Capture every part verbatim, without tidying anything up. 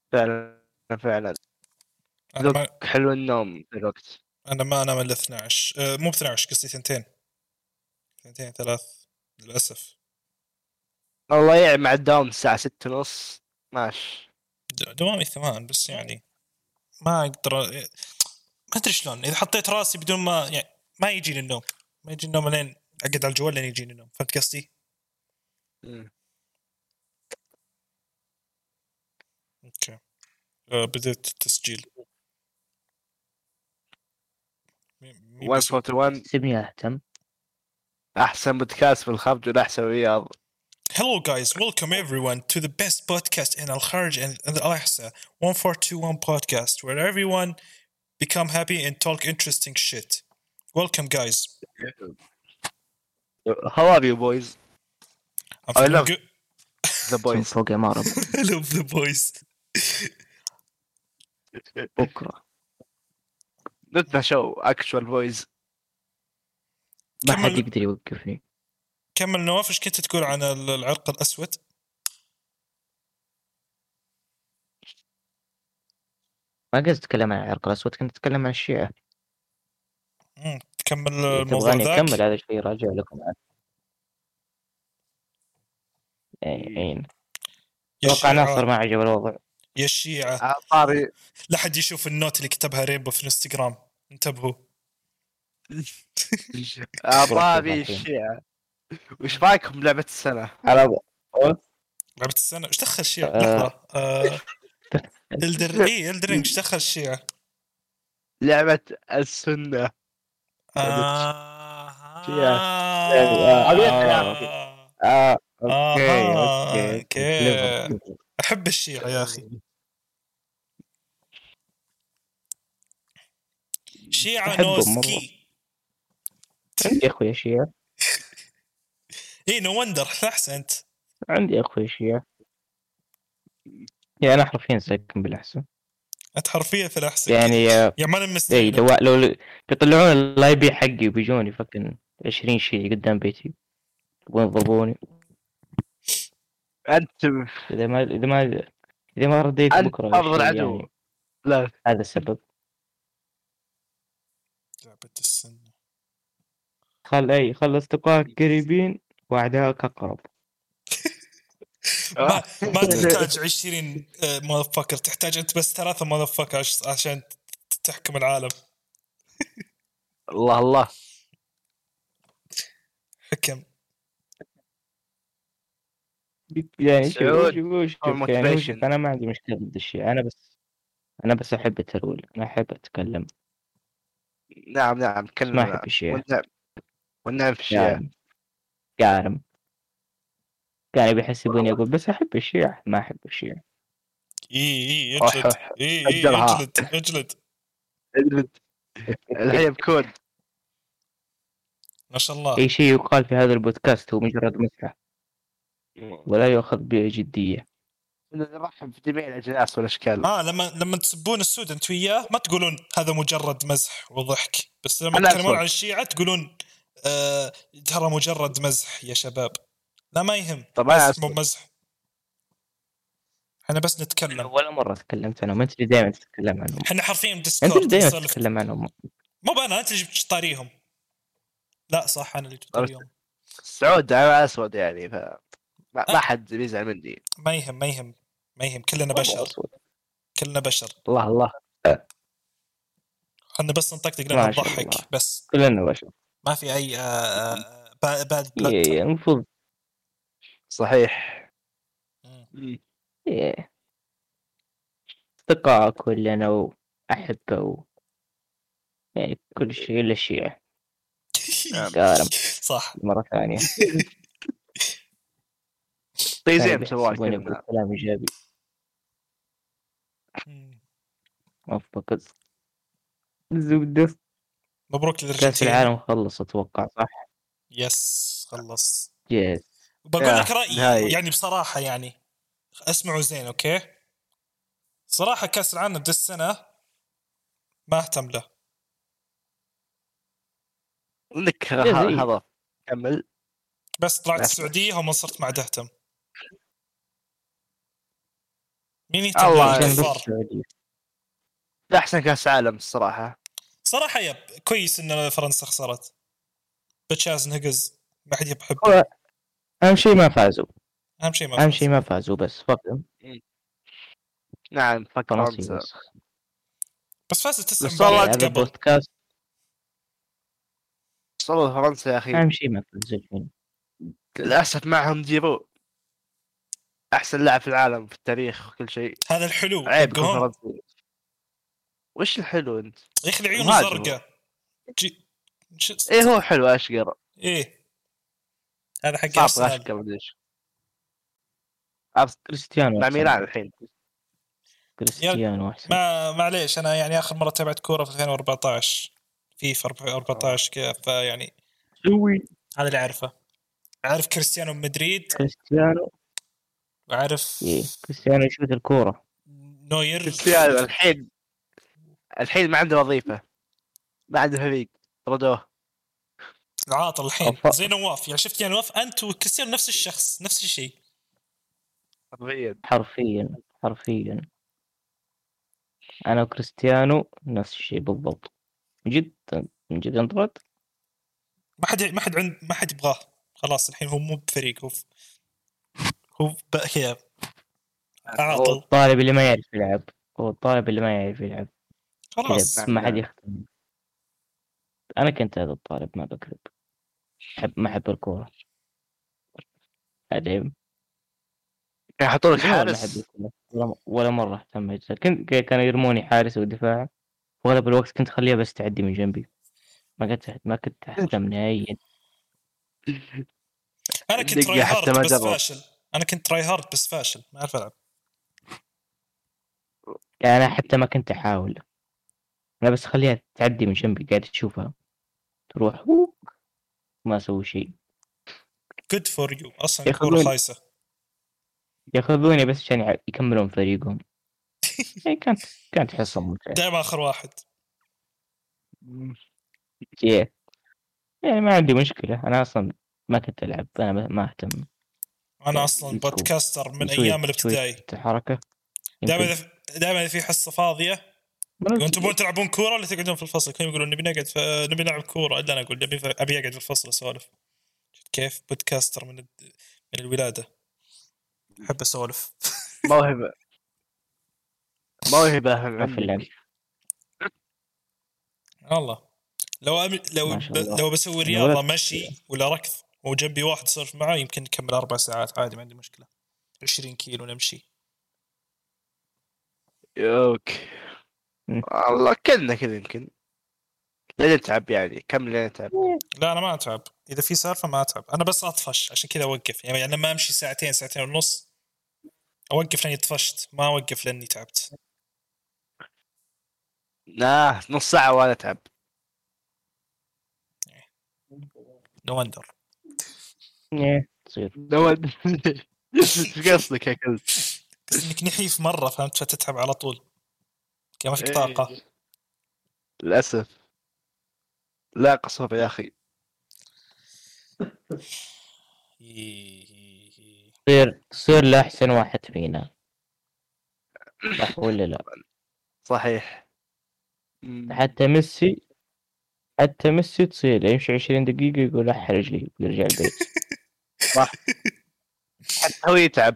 فعلا فعلا. انا ما حلو النوم في الوقت. انا ما انام الا اثنا عشر، أه مو اثنا عشر، قصدي ثنتين ثنتين ثلاث للاسف. والله يعني مع الدوام الساعة ستة ونص ماشي. دوامي ثمان بس يعني ما اقدر، ما ادري شلون اذا حطيت راسي بدون ما يعني ما يجيني النوم، ما يجي النوم لين اقعد على الجوال لين يجيني النوم. فهمت قصدي؟ مم. اوكي. أه بديت التسجيل. مين بس؟ مية وواحد وأربعين سيبني اهتم. أحسن بودكاست في الخارج والأحسن رياض. Hello guys, welcome everyone to the best podcast in Al Kharj and Al Ahsa, one four two one podcast, where everyone become happy and talk interesting shit. Welcome guys. How are you boys? I'm I feeling love good. the boys. فوق عمارة I love the boys. بكرة Not the show, actual boys. ما حد كمل يقدر يوقفني. كمل نواف، ايش كنت تقول عن ال- العرق الأسود؟ ما قصدت أتكلم عن العرق الأسود، كنت أتكلم عن الشيعة. مم، تكمل إذا الموضوع تبغاني ذاك. أكمل هذا الشيء راجع لكم عنه. عين يا أتوقع ناصر الشيعة ما عجب الوضع. يا الشيعة، طاري لا حد يشوف النوت اللي كتبها رينبو في الانستغرام، انتبهوا. طاري الشيعة. وش رايكم بلعبة السنة؟ على لعبة السنة ايش دخل الشيعة؟ آه. لحظة آه... الدر ايه الدرينج ايش دخل الشيعة؟ لعبة السنة. آه... شيعة. آه... آه أوكي آه... أوكي اوكي. احب الشيعة يا اخي. شيعة أحبهم نوسكي. عندي أخوي شيعة. ايه نو وندر احسنت. عندي أخوي شيعة. يعني أنا حرفيا ساكن بالأحسن. انت حرفيا في الاحسن يعني يا ما إيه نمستعين. لو لو يطلعون اللايبي حقي وبيجوني فكن عشرين شيعي قدام بيتي يبغون يضربوني. أنت إذا ما إذا ما إذا ما رديت أنت بكرة أفضل شيء عدو. يعني لا هذا السبب. لعبة السنة. خل أي خل أصدقائك قريبين وأعدائك أقرب. ما ما تحتاج عشرين ماذفكر، تحتاج انت بس ثلاثة ماذفكر عشان تحكم العالم. الله الله حكم. يعني شوف سعود شوف شوف يعني وش أنا ما عندي مشكلة ضد الشيء. أنا بس أنا بس أحب الترول. أنا أحب أتكلم. نعم نعم بس كلمة. ما أحب الشيء. والنعم والنعم في الشيء. قارم قارم كانوا بيحسبوني أقول بس أحب الشيعة ما أحب الشيعة. اي اي اجلد اي اي أجلها. اجلد اجلد اجلد. الحين بكود. ما شاء الله. أي شيء يقال في هذا البودكاست هو مجرد مسرح ولا يؤخذ بجدية. نرحب في جميع الأجناس والأشكال. اه لما لما تسبون السود انت وياه ما تقولون هذا مجرد مزح وضحك، بس لما أنا تتكلمون أسود. عن الشيعة تقولون آه ترى مجرد مزح يا شباب. لا ما يهم، طبعا مزح مو أسود. مزح، احنا بس نتكلم. ولا مرة تكلمت عنهم. أنت اللي دائما تتكلم عنهم. احنا حرفيا أنت ديسكورد اللي دائما نسولف. تتكلم عنهم. مو انا، انت اللي جبت طاريهم. لا صح انا اللي جبت طاريهم. سعود أنا أسود يعني ف ما أه. ما حد بيزعل مني. ما يهم ما يهم ما يهم كلنا بشر. أسود. كلنا بشر. الله الله احنا بس نطقطق لأنها ما شاء نضحك الله. بس. كلنا بشر. ما في اي آه باد بلاد. إيه المفروض صحيح. إيه أصدقاء كلنا وأحبه و... يعني كل شيء إلا الشيعة. قارم صح. مرة ثانية. طيب كانوا زين بيحسبوني سوالف أقول كلام إيجابي. أفكر الزبدة. مبروك كأس للأرجنتين. العالم خلص أتوقع صح؟ يس خلص. يس. بقول لك يا رأيي نهاية. يعني بصراحة، يعني اسمعوا زين اوكي. صراحة كأس العالم دي السنة ما اهتم له. لك يا زي. هذا كمل. بس طلعت أسمع. السعودية وما صرت ما عاد اهتم. مين يهتم الله عشان بس بالكفار؟ السعودية. ده احسن كاس عالم الصراحه. صراحة يب كويس إن فرنسا خسرت. بتشاز نهجز ما حد يحبه. هو أهم شيء ما فازوا، أهم شيء ما أهم فاز. شيء ما فازوا بس فقط نعم فك فرنسي فرنسا. بس. بس فاز تسع بس والله مباريات هذا قبل. البودكاست وصلوا فرنسا يا اخي أهم شيء ما فازوا الحين. للاسف معهم جيرو احسن لاعب في العالم في التاريخ وكل شيء. هذا الحلو عيب يكون حقهم. فرنسي. وش الحلو انت؟ يا أخي العيون مهاجم. زرقاء. جي... ش... ايه هو حلو اشقر. إيه هذا حق صعب أرسنال. اشقر مدري ايش. أرس- كريستيانو مع أحسن. ميلان الحين. كريستيانو أحسن. ما معليش أنا يعني آخر مرة تابعت كورة في ألفين وأربعتاشر فيفا أربعتاشر كذا فيعني سوي هذا اللي أعرفه. أعرف كريستيانو مدريد كريستيانو. وأعرف إيه كريستيانو يشوت الكورة. نوير. كريستيانو الحين الحين ما عنده وظيفه ما عنده فريق طردوه. العاطل الحين أف- زي نواف يعني شفت يعني نواف أنت وكريستيانو نفس الشخص نفس الشيء. حرفيا حرفيا حرفيا أنا وكريستيانو نفس الشيء بالضبط. من جد من جد انطرد. ما حد ما حد عند ما حد يبغاه خلاص الحين هو مو بفريق هو هو بقى كذا عاطل. الطالب اللي ما يعرف يلعب، هو الطالب اللي ما يعرف يلعب خلاص كذا ما حد يختم. أنا كنت هذا الطالب ما بكذب، أحب ما أحب الكورة أدعم يحطوا لك ولا ما أحب حارس. الكورة ولا, ولا مرة اهتميت. كنت كانوا يرموني حارس ودفاع وأغلب الوقت كنت أخليها بس تعدي من جنبي. ما كنت ما كنت أهتم نهائيا. انا كنت دقة راي حتى هارد ما بس جرب. فاشل. انا كنت راي هارد بس فاشل ما اعرف العب. يعني أنا حتى ما كنت أحاول، أنا بس أخليها تعدي من جنبي قاعد تشوفها تروح ما أسوي شيء. good for you اصلا كورة ياخذون خايسة. ياخذوني بس عشان يع- يكملون فريقهم. يعني كانت كانت حصة ممتعة. دائما اخر واحد. إيه. يعني ما عندي مشكلة، أنا أصلا ما كنت ألعب، أنا ما- ما أهتم. انا اصلا يسوي بودكاستر من يسوي ايام شوية الابتدائي. حركة دائما يمكن. إذا دائما إذا في حصة فاضية وانتم تبون تلعبون كورة ولا تقعدون في الفصل كانوا يقولون نبي نقعد ف... نبي نلعب كورة الا انا اقول نبي ابي اقعد في الفصل اسولف. كيف بودكاستر من الد... من الولادة احب اسولف. موهبة موهبة ما في اللعب. والله لو أم... لو ما ب... شاء الله. لو بسوي أنا رياضة ولدت مشي ولا ركض وجنبي واحد يسولف معاه يمكن نكمل أربع ساعات عادي ما عندي مشكلة. عشرين كيلو نمشي. اوكي مم. والله كلنا كذا يمكن لين نتعب يعني كم لين نتعب. لا أنا ما أتعب إذا في سالفة ما أتعب أنا بس أطفش عشان كذا أوقف يعني أنا ما أمشي ساعتين ساعتين ونص أوقف لأني طفشت ما أوقف لأني تعبت. لا نص ساعة وانا اتعب. نو وندر. إيه تصير. نو ايش قصدك يا كلب؟ بس إنك نحيف مرة فهمت فتتعب على طول كما فيك طاقة. إيه. للأسف لا قصر يا أخي. تصير تصير لأحسن واحد فينا صح ولا لا؟ صحيح. مم. حتى ميسي حتى ميسي تصير يمشي عشرين دقيقة يقول أح رجلي ويرجع البيت. صح حتى هو يتعب.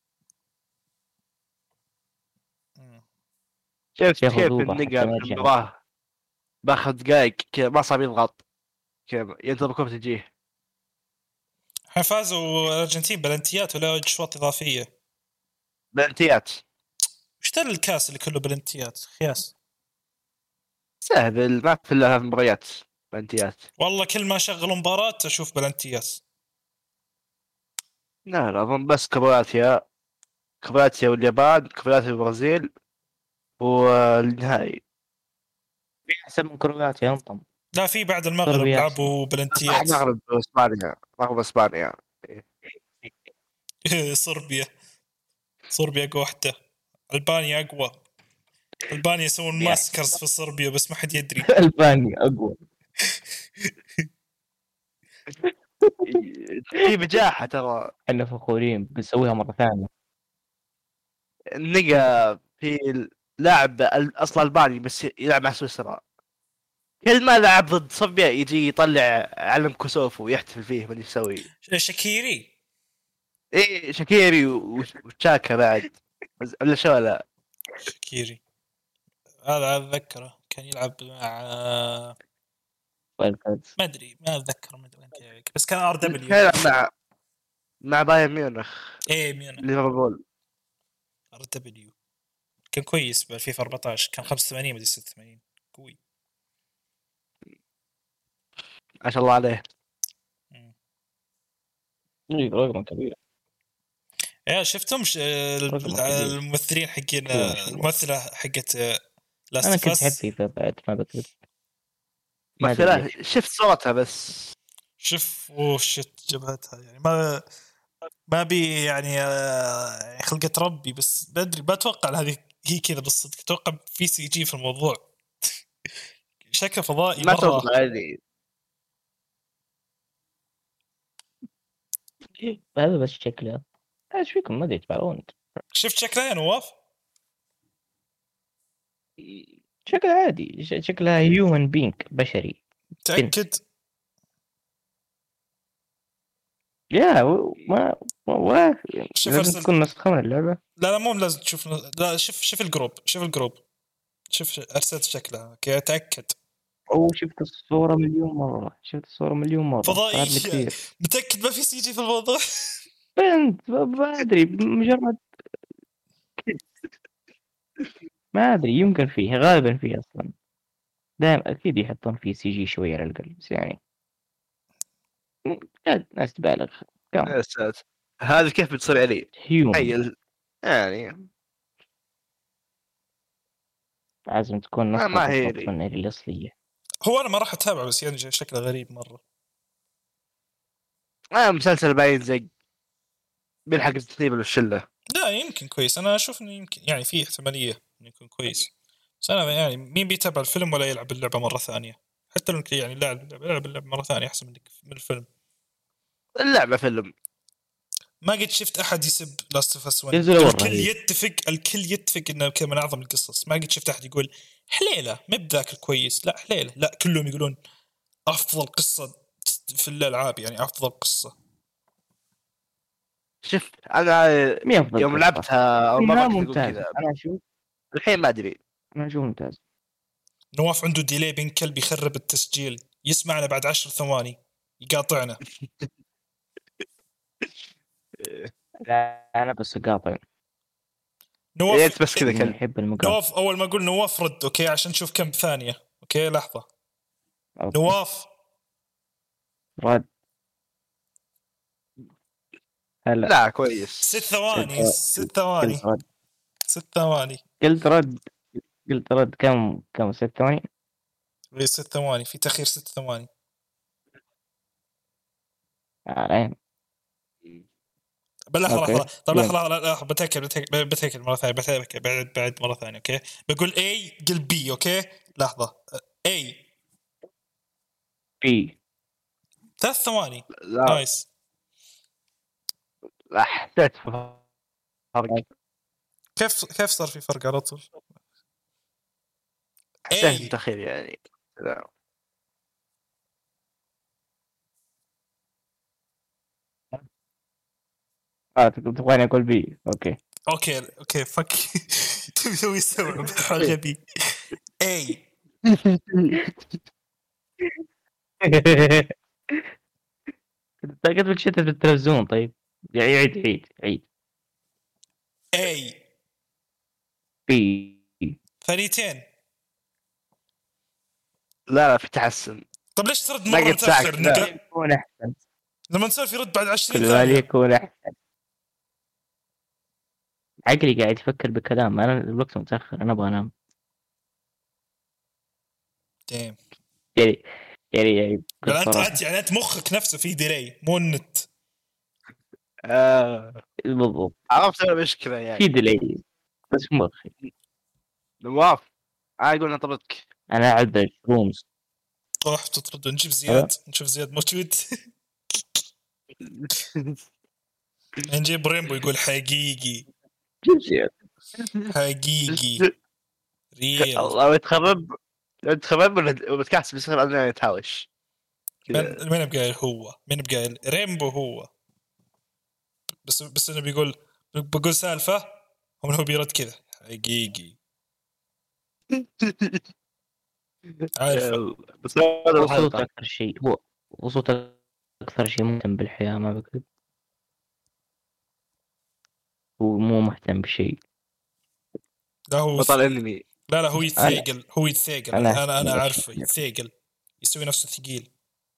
شفت ياخذ كيف أوبر حتى النقل ما في يرجع. المباراة باخذ دقايق كذا ما صار يضغط كذا ينتظر كرة تجيه. الحين فازوا الأرجنتين بلنتيات ولا أشواط إضافية. بلنتيات وش ذا الكاس اللي كله بلنتيات خياس. سهل ما في إلا مباريات بلنتيات. والله كل ما شغلوا مباراة أشوف بلنتيات. لا لا أظن بس كرواتيا كرواتيا واليابان كرواتيا والبرازيل والنهائي. أحسن من كرواتيا أنطم. لا في بعد المغرب صربيا لعبوا بلنتيات. المغرب واسبانيا المغرب واسبانيا. صربيا صربيا أقوى واحدة. ألبانيا أقوى. ألبانيا يسوون ماسكرز في صربيا بس ما حد يدري. ألبانيا أقوى. في بجاحة ترى. احنا فخورين بنسويها مرة ثانية. نيجا في لاعب اصلا الباني بس يلعب مع سويسرا، كل ما لعب ضد صربيا يجي يطلع علم كوسوفو ويحتفل فيه ما يسوي. شاكيري ايه شاكيري وتشاكا بعد ولا شو لا شاكيري هذا اتذكره كان يلعب مع ما ادري ما اتذكر ما ادري بس كان ار دبليو كان مع مع بايرن ميونخ ايه ميونخ ليفربول. ار دبليو كان كويس ب ألفين وأربعة عشر كان خمسة وثمانين مدري ستة وثمانين قوي ما شاء الله عليه. إيه، رقم كبير. يا شفتم ش... رقم كبير. الممثلين حقين كبير ما شاء الله. الممثلة حقت لاست انا اوف كنت اس حبي بعد ما بكتب ما ادري مثلا ليش. شفت صوتها بس شوف وشت جبهتها يعني ما ما بي يعني آه، خلقة ربي بس بدري بتوقع هذه هي كذا بالصدق اتوقع في سي جي في الموضوع شكله فضائي ما مرة توقع هذه. هذا بس شكله ايش فيكم ما ادري تبعون. شفت شكله يا نواف شكله عادي ش- شكلها هيومن بينك بشري. تأكد يا و- ما ما شوف لازم أرسل- تكون نسخة من اللعبة. لا لا مو لازم تشوف لا شوف شوف الجروب شوف الجروب شوف ارسلت شكلها اوكي اتاكد أو شفت الصورة مليون مرة شفت الصورة مليون مرة فضائي صار لي كثير. متاكد ما في سي جي في الموضوع بنت ما ما أدري مجرد ما أدري يمكن فيه غالبا فيه أصلا دائما أكيد يحطون فيه سي جي شوية على الأقل بس يعني لا ناس تبالغ كم يا ساتر هذا كيف بتصير علي هيومن تخيل يعني لازم تكون ما- نسخة ما هي بالضبط لي. من الأصلية. هو انا ما راح اتابعه بس يعني شكله غريب مره آه مسلسل باين زي بيلحق الترتيب والشله. لا يمكن كويس انا اشوف انه يمكن يعني في احتماليه انه يكون كويس بس انا يعني مين بيتابع الفيلم ولا يلعب اللعبه مره ثانيه حتى لو يعني لاعب اللعبه يلعب اللعبه مره ثانيه احسن من من الفيلم. اللعبه فيلم. ما قد شفت احد يسب لاست اوف اس واحد ينزلوا مرة الكل هي. يتفق الكل يتفق انه كذا من اعظم القصص ما قد شفت احد يقول حليله ما بذاك الكويس لا حليله لا كلهم يقولون افضل قصه في الالعاب يعني افضل قصه. شفت انا مي أفضل يوم قصة. لعبتها اول إنها مره كنت اقول ممتازة. كذا أنا أشوف الحين ما ادري. أنا أشوف ممتاز. نواف عنده ديلي بين كلب يخرب التسجيل يسمعنا بعد عشر ثواني يقاطعنا. لا أنا بس قاطع. نواف إيه بس كذا إني كلب. أحب المقاطعة. نواف اول ما اقول نواف رد اوكي عشان نشوف كم ثانيه اوكي لحظه أوكي. نواف رد هلا لا كويس. ست ثواني قلت- ست ثواني قلت رد ست ثواني قلت رد قلت رد كم كم ست ثواني. إيه، ست ثواني في تاخير ست ثواني. الآن بل لحظه أوكي. لحظه طب يلا. لحظه لحظه لحظه بتاكد بتاكد بتاكد مره ثانيه بتاكد بعد بعد مره ثانيه اوكي بقول اي قل بي اوكي لحظه اي بي ثلاث ثواني لا نايس. لا حسيت فرق. كيف كيف صار في فرق على طول؟ حسيت اي متاخر يعني. لا. اه تبغاني اقول بي اوكي. اوكي اوكي فك تبي تسوي يستوعب غبي اي قد بتشتت بالتلفزيون طيب يعني عيد عيد عيد اي بي ثانيتين. لا لا في تحسن. طب ليش ترد ما مره قد ساعة متاخر كذا. نقا يكون احسن لما نسولف يرد بعد عشرين كل ما ثانيه. يكون احسن. عقلي قاعد يفكر بكلام انا الوقت متاخر انا ابغى انام ديم يعني يعني يعني يعني بكل انت صراحة. انت يعني انت مخك نفسه فيه ديلي مو النت. آه. بالضبط عرفت المشكله يعني. في ديلي بس مخي نواف انا اقول نطردك. انا اعد رومز روح تطرد نجيب زياد نشوف زياد موجود. نجيب ريمبو يقول حقيقي جيب زياد حقيقي ريل. الله يتخرب يتخرب وبتكاس بيصير عندنا يتهاوش. من من بقايل هو من بقايل ريمبو هو بس بس انه بيقول بقول سالفه ومن هو بيرد كذا حقيقي. عارفه بس هذا وصوت الحلقة اكثر شيء هو وصوت اكثر شيء مهتم بالحياه، ما بكذب، هو مو مهتم بشيء. لا هو بطل انمي. لا لا هو يتثاقل هو يتثاقل أنا انا انا, أنا أحب عارفه الأشياء. يتثاقل يسوي نفسه ثقيل.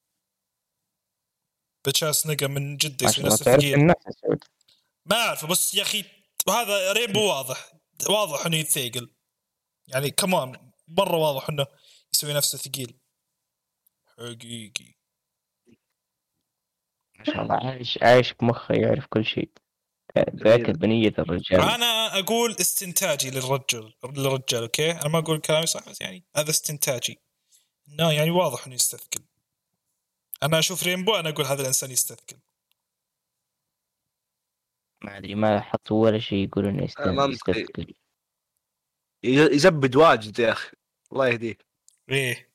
بتشاس نقا من جد ما يسوي شاء الله نفسه تعرف ثقيل. الناس يا سعود. ما اعرف بس يا اخي هذا ريمبو واضح واضح انه يتثاقل يعني كمان مره واضح انه يسوي نفسه ثقيل حقيقي. ما شاء الله عايش عايش بمخه، يعرف كل شيء، ذاك بنية الرجال. انا اقول استنتاجي للرجل للرجال اوكي انا ما اقول كلامي صح بس يعني هذا استنتاجي انه يعني واضح انه يستثقل. انا اشوف ريمبو انا اقول هذا الانسان يستثقل. ما ادري ما حطوا ولا شيء يقول انه يست- منطقي. يستثقل. يزبد واجد يا اخي الله يهديه. ايه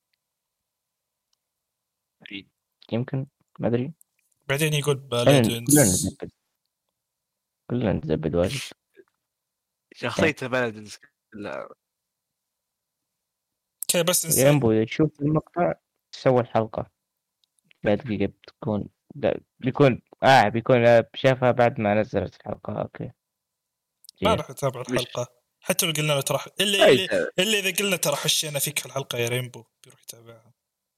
يمكن ما ادري. بعدين يقول كلنا كلنا بالادنس. نزبد كلنا نزبد واجد. شخصيته بلدنز لا كي بس انسان ريمبو إذا تشوف المقطع سوى الحلقة بعد دقيقة بتكون لا بيكون اه بيكون آه، شافها بعد ما نزلت الحلقة. اوكي ما جيد. راح اتابع مش- الحلقه حتى لو قلنا له ترى اللي, أي اللي, تابع. اللي اذا قلنا ترى حشينا فيك في الحلقه يا ريمبو بيروح يتابعها.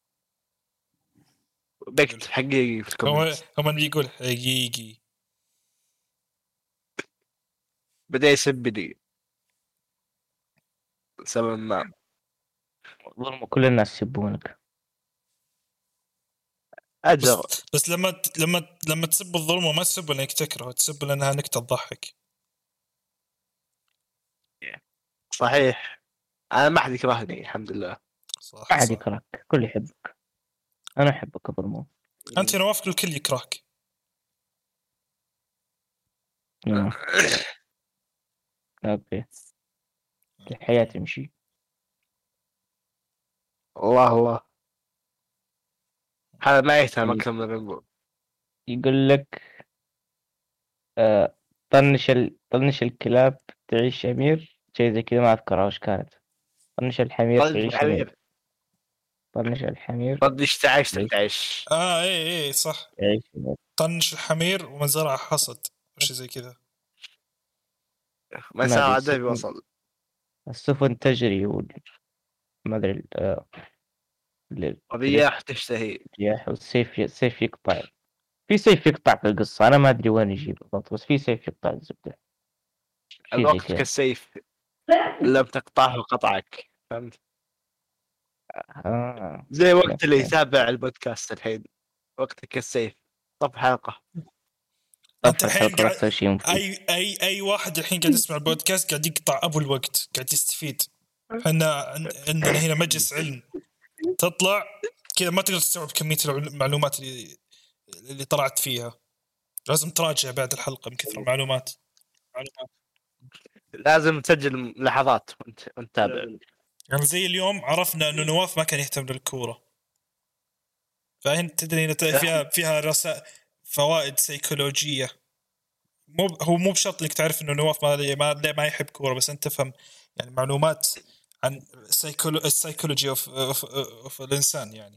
بكت حقيقي في هو الكومنت. هم بيقول حقيقي بدا يسبني سبب ما ظلموا كل الناس يسبونك. اجر. بس, بس لما ت- لما ت- لما تسب الظلم وما تسب انك تكره تسب لانها نكته تضحك. صحيح انا ما حد يكرهني الحمد لله. صح ما حد صح. يكرهك، كل يحبك. انا احبك ظلموا. انت نواف الكل يكرهك. نعم. اوكي الحياة تمشي. الله الله هذا ما يهتم اكثر من ريمبو. يقول لك آه طنش ال... طنش الكلاب تعيش أمير، شيء زي كذا ما أذكرها وش كانت. طنش الحمير طنش تعيش أمير. الحمير طنش الحمير طنش تعيش تعيش. اه ايه ايه صح. تعيش أمير. طنش الحمير ومزرعه حصد وش زي كذا. ما ما ساعة أدري، عدى بيوصل. السفن تجري وال... ما أدري ال- آه، ال- الرياح تشتهي. الرياح والسيف ي- السيف يقطع. في سيف يقطع في القصة، أنا ما أدري وين يجي بالضبط، بس في سيف يقطع الزبدة. شيء زي الوقت كذا. كالسيف لم تقطعه قطعك فهمت. آه. زي وقت اللي أوكي. يتابع البودكاست الحين وقتك كالسيف طب حلقة. انت طف الحين الحلقة قاعد أكثر شيء مفيد. اي اي اي واحد الحين قاعد يسمع البودكاست قاعد يقطع ابو الوقت قاعد يستفيد. احنا عندنا هنا مجلس علم تطلع كذا ما تقدر تستوعب كميه المعلومات اللي اللي طلعت فيها. لازم تراجع بعد الحلقه من كثر المعلومات. معلومات لازم تسجل لحظات وانت وانت تابع. يعني زي اليوم عرفنا انه نواف ما كان يهتم للكوره. فهنا تدري إن فيها فيها رسائل فوائد سيكولوجيه. مو هو مو بشرط انك تعرف انه نواف ما ما, ما يحب كوره بس انت تفهم يعني معلومات عن السيكولو السيكولوجي اوف اوف الانسان يعني.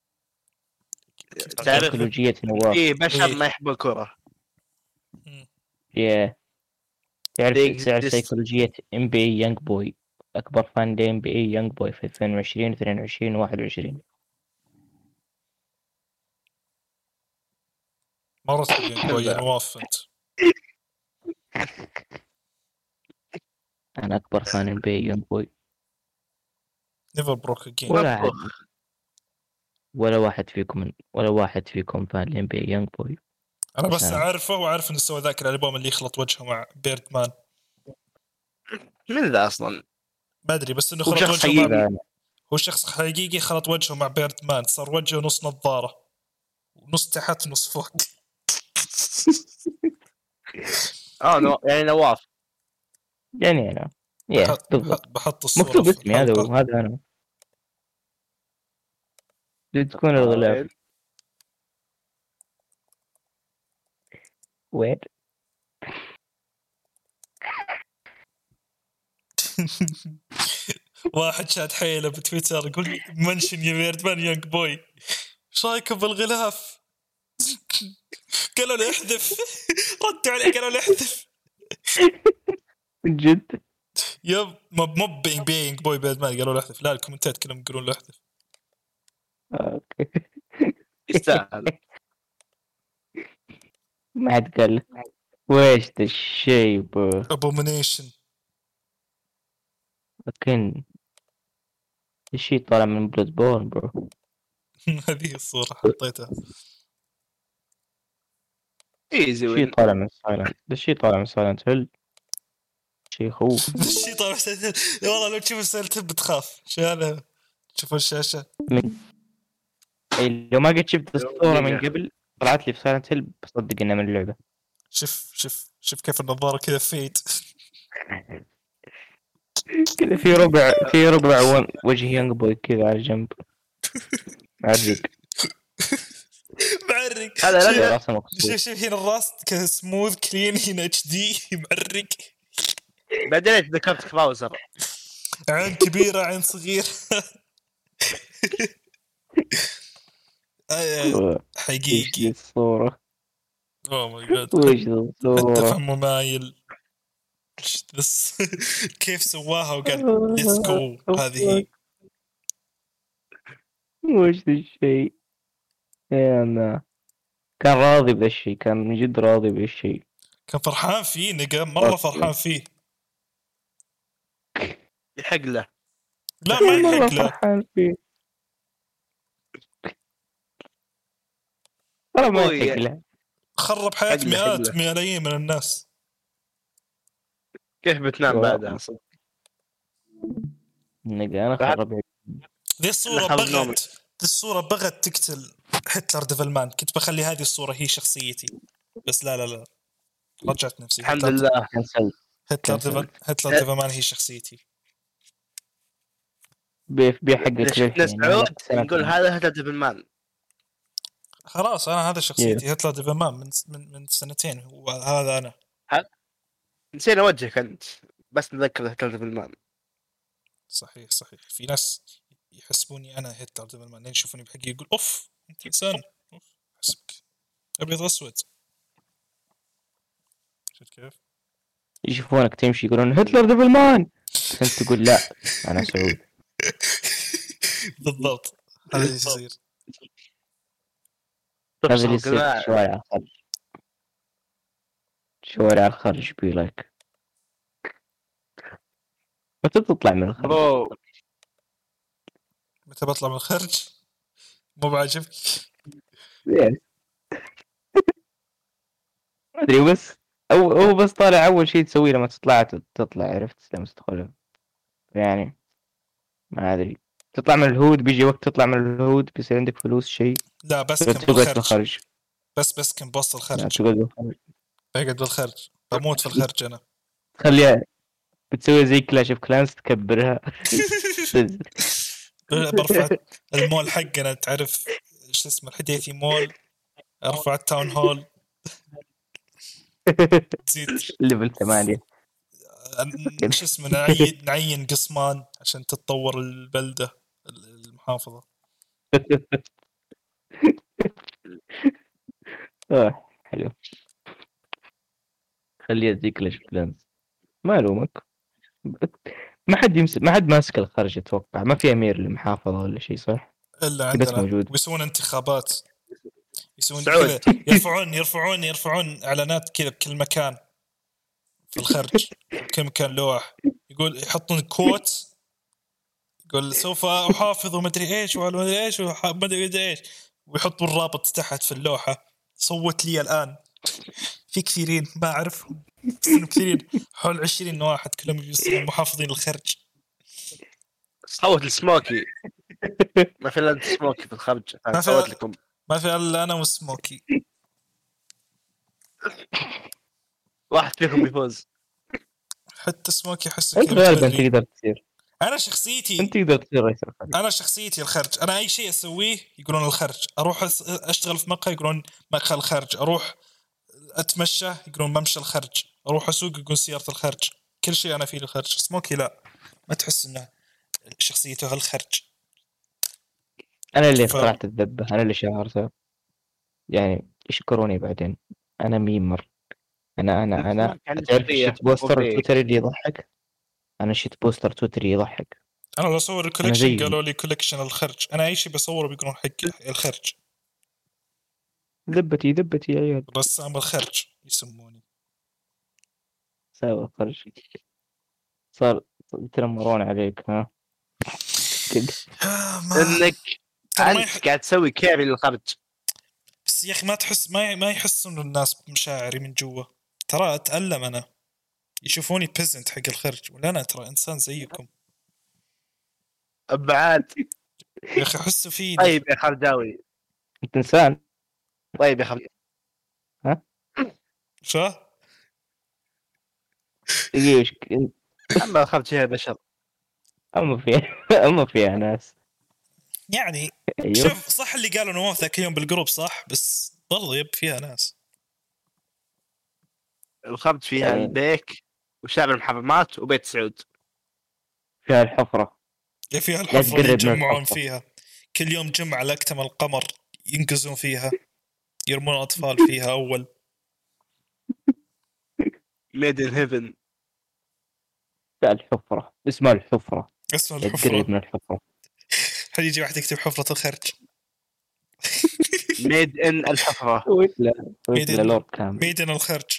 تعرف سيكولوجية نواف. في بشر إيه. ما يحبوا الكرة. yeah. تعرف They تعرف just- سيكولوجية إم بي إيه يانج بوي، أكبر فان ل إم بي إيه يانج بوي في ألفين وعشرين اثنين وعشرين واحد وعشرين. مرة تبين بوي نواف انت. أنا أكبر فان إم بي إيه يانج بوي. نيفر بروك اجين. ولا أحد ولا واحد فيكم ولا واحد فيكم فان ل إم بي إيه يانج بوي. انا بس سلام. اعرفه واعرف انه سوى ذاك الالبوم اللي يخلط وجهه مع بيرد مان. من ذا اصلا؟ ما ادري بس انه هو خلط شخص وجهه مع لا، هو شخص حقيقي خلط وجهه مع بيرد مان صار وجهه نص نظارة نص تحت نص فوق. اه نو... يعني نواف يعني انا يا بحط, بالضبط بحط الصورة مكتوب في اسمي هذا الحلقة. وهذا انا تكون الغلاف وين واحد شاد حيله بتويتر يقول منشن يا بيردمان يونج بوي، ايش رايكم بالغلاف؟ قالوا له احذف. ردوا عليه قالوا له احذف. جد يب مو مو بينج بينج بوي بيردمان قالوا له احذف، لا الكومنتات كلهم يقولون له احذف. اوكي يستاهل. ما حد قال لك ويش ذا الشيء بو ابومينيشن. لكن الشيء طالع من بلود بورن برو. هذه الصورة حطيتها. ايزي الشيء وين. طالع من سايلنت الشيء طالع من سايلنت هيل شيء خوف. الشيء طالع والله لو تشوف السالفة بتخاف. شو هذا؟ شوفوا الشاشة. من إيه، لو ما قد شفت الصورة من قبل طلعت لي في سايلنت هيل بصدق انها من اللعبة. شوف شوف شوف كيف النظارة كذا فيد. كذا في ربع في ربع ون- وجه يانج بوي كذا على الجنب معرق. معرق. هذا كذا لا راسه مكسور. شوف شوف هنا الراس كذا سموث كلين، هنا اتش دي معرق. بعدين ذكرتك باوزر. عين كبيرة عين صغيرة. آه، وش ذي حقيقي. الصورة اوه ماي جاد. وش ذي حتى الصورة فمه مايل. بس كيف سواها وقال ليتس جو هذه هي. وش ذي الشيء يا أنا كان راضي بذا الشيء كان من جد راضي بذا الشيء. كان فرحان فيه نقا مرة فرحان فيه. يحق له. لا ما مرة يحق له. فرحان فيه والله ما أخوي. يحق له. خرب حياة حق له، مئات حق له. ملايين من الناس. كيف بتنام والله. بعدها صدق؟ نقا أنا بعد- خرب ذي الصورة لحظة نوم. بغت ذي الصورة بغت تقتل هتلر ديفلمان. كنت بخلي هذه الصورة هي شخصيتي، بس لا لا لا رجعت نفسي. الحمد هتلر لله. كنسل هتلر كنسل. ديفل هتلر ديفلمان هي شخصيتي. بيف بي حقك إذا شفنا للحين سعود أنا نقول سنة. هذا هذا دبلمان. خلاص أنا هذا شخصيتي هتلر ديفلمان من من من سنتين، وهذا أنا. نسينا وجهك انت، بس نذكر هتلر دبلمان. صحيح صحيح. في ناس يحسبوني أنا هتلر ديفلمان لين يشوفوني بحقي يقول أوف أنت إنسان. أوف حسبك أبيض أسود. شفت كيف؟ يشوفونك تمشي يقولون هتلر ديفلمان أنت تقول لا أنا سعود. بالضبط هذا اللي يصير. هذا اللي يصير في شوارع الخرج. شوارع الخرج بي لايك متى تطلع من الخرج؟ برو متى بطلع من الخرج؟ مو بعجبك؟ ما أدري بس أو هو بس طالع أول شيء تسويه لما تطلع تطلع عرفت لما تدخل يعني ما أدري تطلع من الهود بيجي وقت تطلع من الهود بيصير عندك فلوس شيء. لا بس كم تقعد في بالخرج. الخرج. بس بس كم بوصل لا الخرج. تقعد بالخرج. بقعد بالخرج بموت في الخرج أنا. تخليها بتسوي زي كلاش اوف كلانس تكبرها. برفع المول حقنا تعرف ايش اسمه الحديثي مول. ارفع التاون هول تزيد ليفل ثمانية. ايش اسمه نعين نعين قصمان عشان تتطور البلدة المحافظة. اه حلو خليها زي كلاش اوف كلانس ما الومك. ما حد يمسك ما حد ماسك الخرج اتوقع ما في امير للمحافظة ولا شيء صح؟ الا بس عندنا موجود. ويسوون انتخابات يسوون سعود. كذا يرفعون يرفعون يرفعون اعلانات كذا بكل مكان في الخرج. بكل مكان لوح يقول يحطون كوت يقول سوف احافظ ومدري ايش ومدري ايش ومدري ايش ويحطوا الرابط تحت في اللوحة. صوت لي الآن. في كثيرين ما أعرفهم بس كثيرين حول عشرين واحد كلهم يصيرون محافظين الخرج. صوت السموكي. ما في الا سموكي في الخرج. ما في صوت لكم. ما في إلا أنا وسموكي. واحد فيكم يفوز. حتى سموكي يحس انت كذا غالبا متبري. تقدر تصير انا شخصيتي انت تقدر تصير رئيس الخليج. انا شخصيتي الخرج. انا اي شيء اسويه يقولون الخرج. اروح أس- اشتغل في مقهى يقولون مقهى الخرج. اروح اتمشى يقولون ممشى الخرج. اروح اسوق يقولون سيارة الخرج. كل شيء انا فيه الخرج. سموكي لا، ما تحس انه شخصيته الخرج. انا اللي ف... اخترعت الذبة، انا اللي شهرته، يعني يشكروني بعدين. انا ميمر. انا انا انا عندي تعرف شخصية الشيت بوستر وبريك. تويتر اللي يضحك؟ انا شيت بوستر تويتر يضحك. انا لو اصور انا الكوليكشن زي قالوا لي كوليكشن الخرج. انا اي شيء بصوره بيقولون حق الخرج. ذبتي ذبتي يا عيال. رسام الخرج يسموني. ساوي خرج. صار يتنمرون عليك ها كده. آه، ما انك ترى ما انت يح... قاعد تسوي كاري للخرج. بس يا اخي ما تحس ما ما يحسون الناس بمشاعري من جوا. ترى اتألم انا، يشوفوني بيزنت حق الخرج ولا انا ترى انسان زيكم بعد يا اخي. حسوا فيني. طيب يا خرجاوي، انت انسان. طيب يا خرجاوي. ها شو ايش؟ اما الخرج فيها بشر. اما فيها اما فيها ناس. يعني؟ ايوه شوف صح اللي قالوا نواف ذاك اليوم بالجروب صح، بس برضو يب فيها ناس. الخرج فيها يعني البيك وشارع المحرمات وبيت سعود. فيها الحفرة. يا فيها لا الحفرة اللي تقرب من يتجمعون الحفرة. فيها كل يوم جمعة لأكتم القمر، ينقزون فيها، يرمون أطفال فيها أول. ميد ان هيفن. فيها الحفرة، اسمها الحفرة. اسمها لا تقرب الحفرة. من الحفرة. هل يجي واحد يكتب حفرة الخرج؟ ميد ان الحفرة. سويت له سويت له ميدن لور كامل. ميدن الخرج.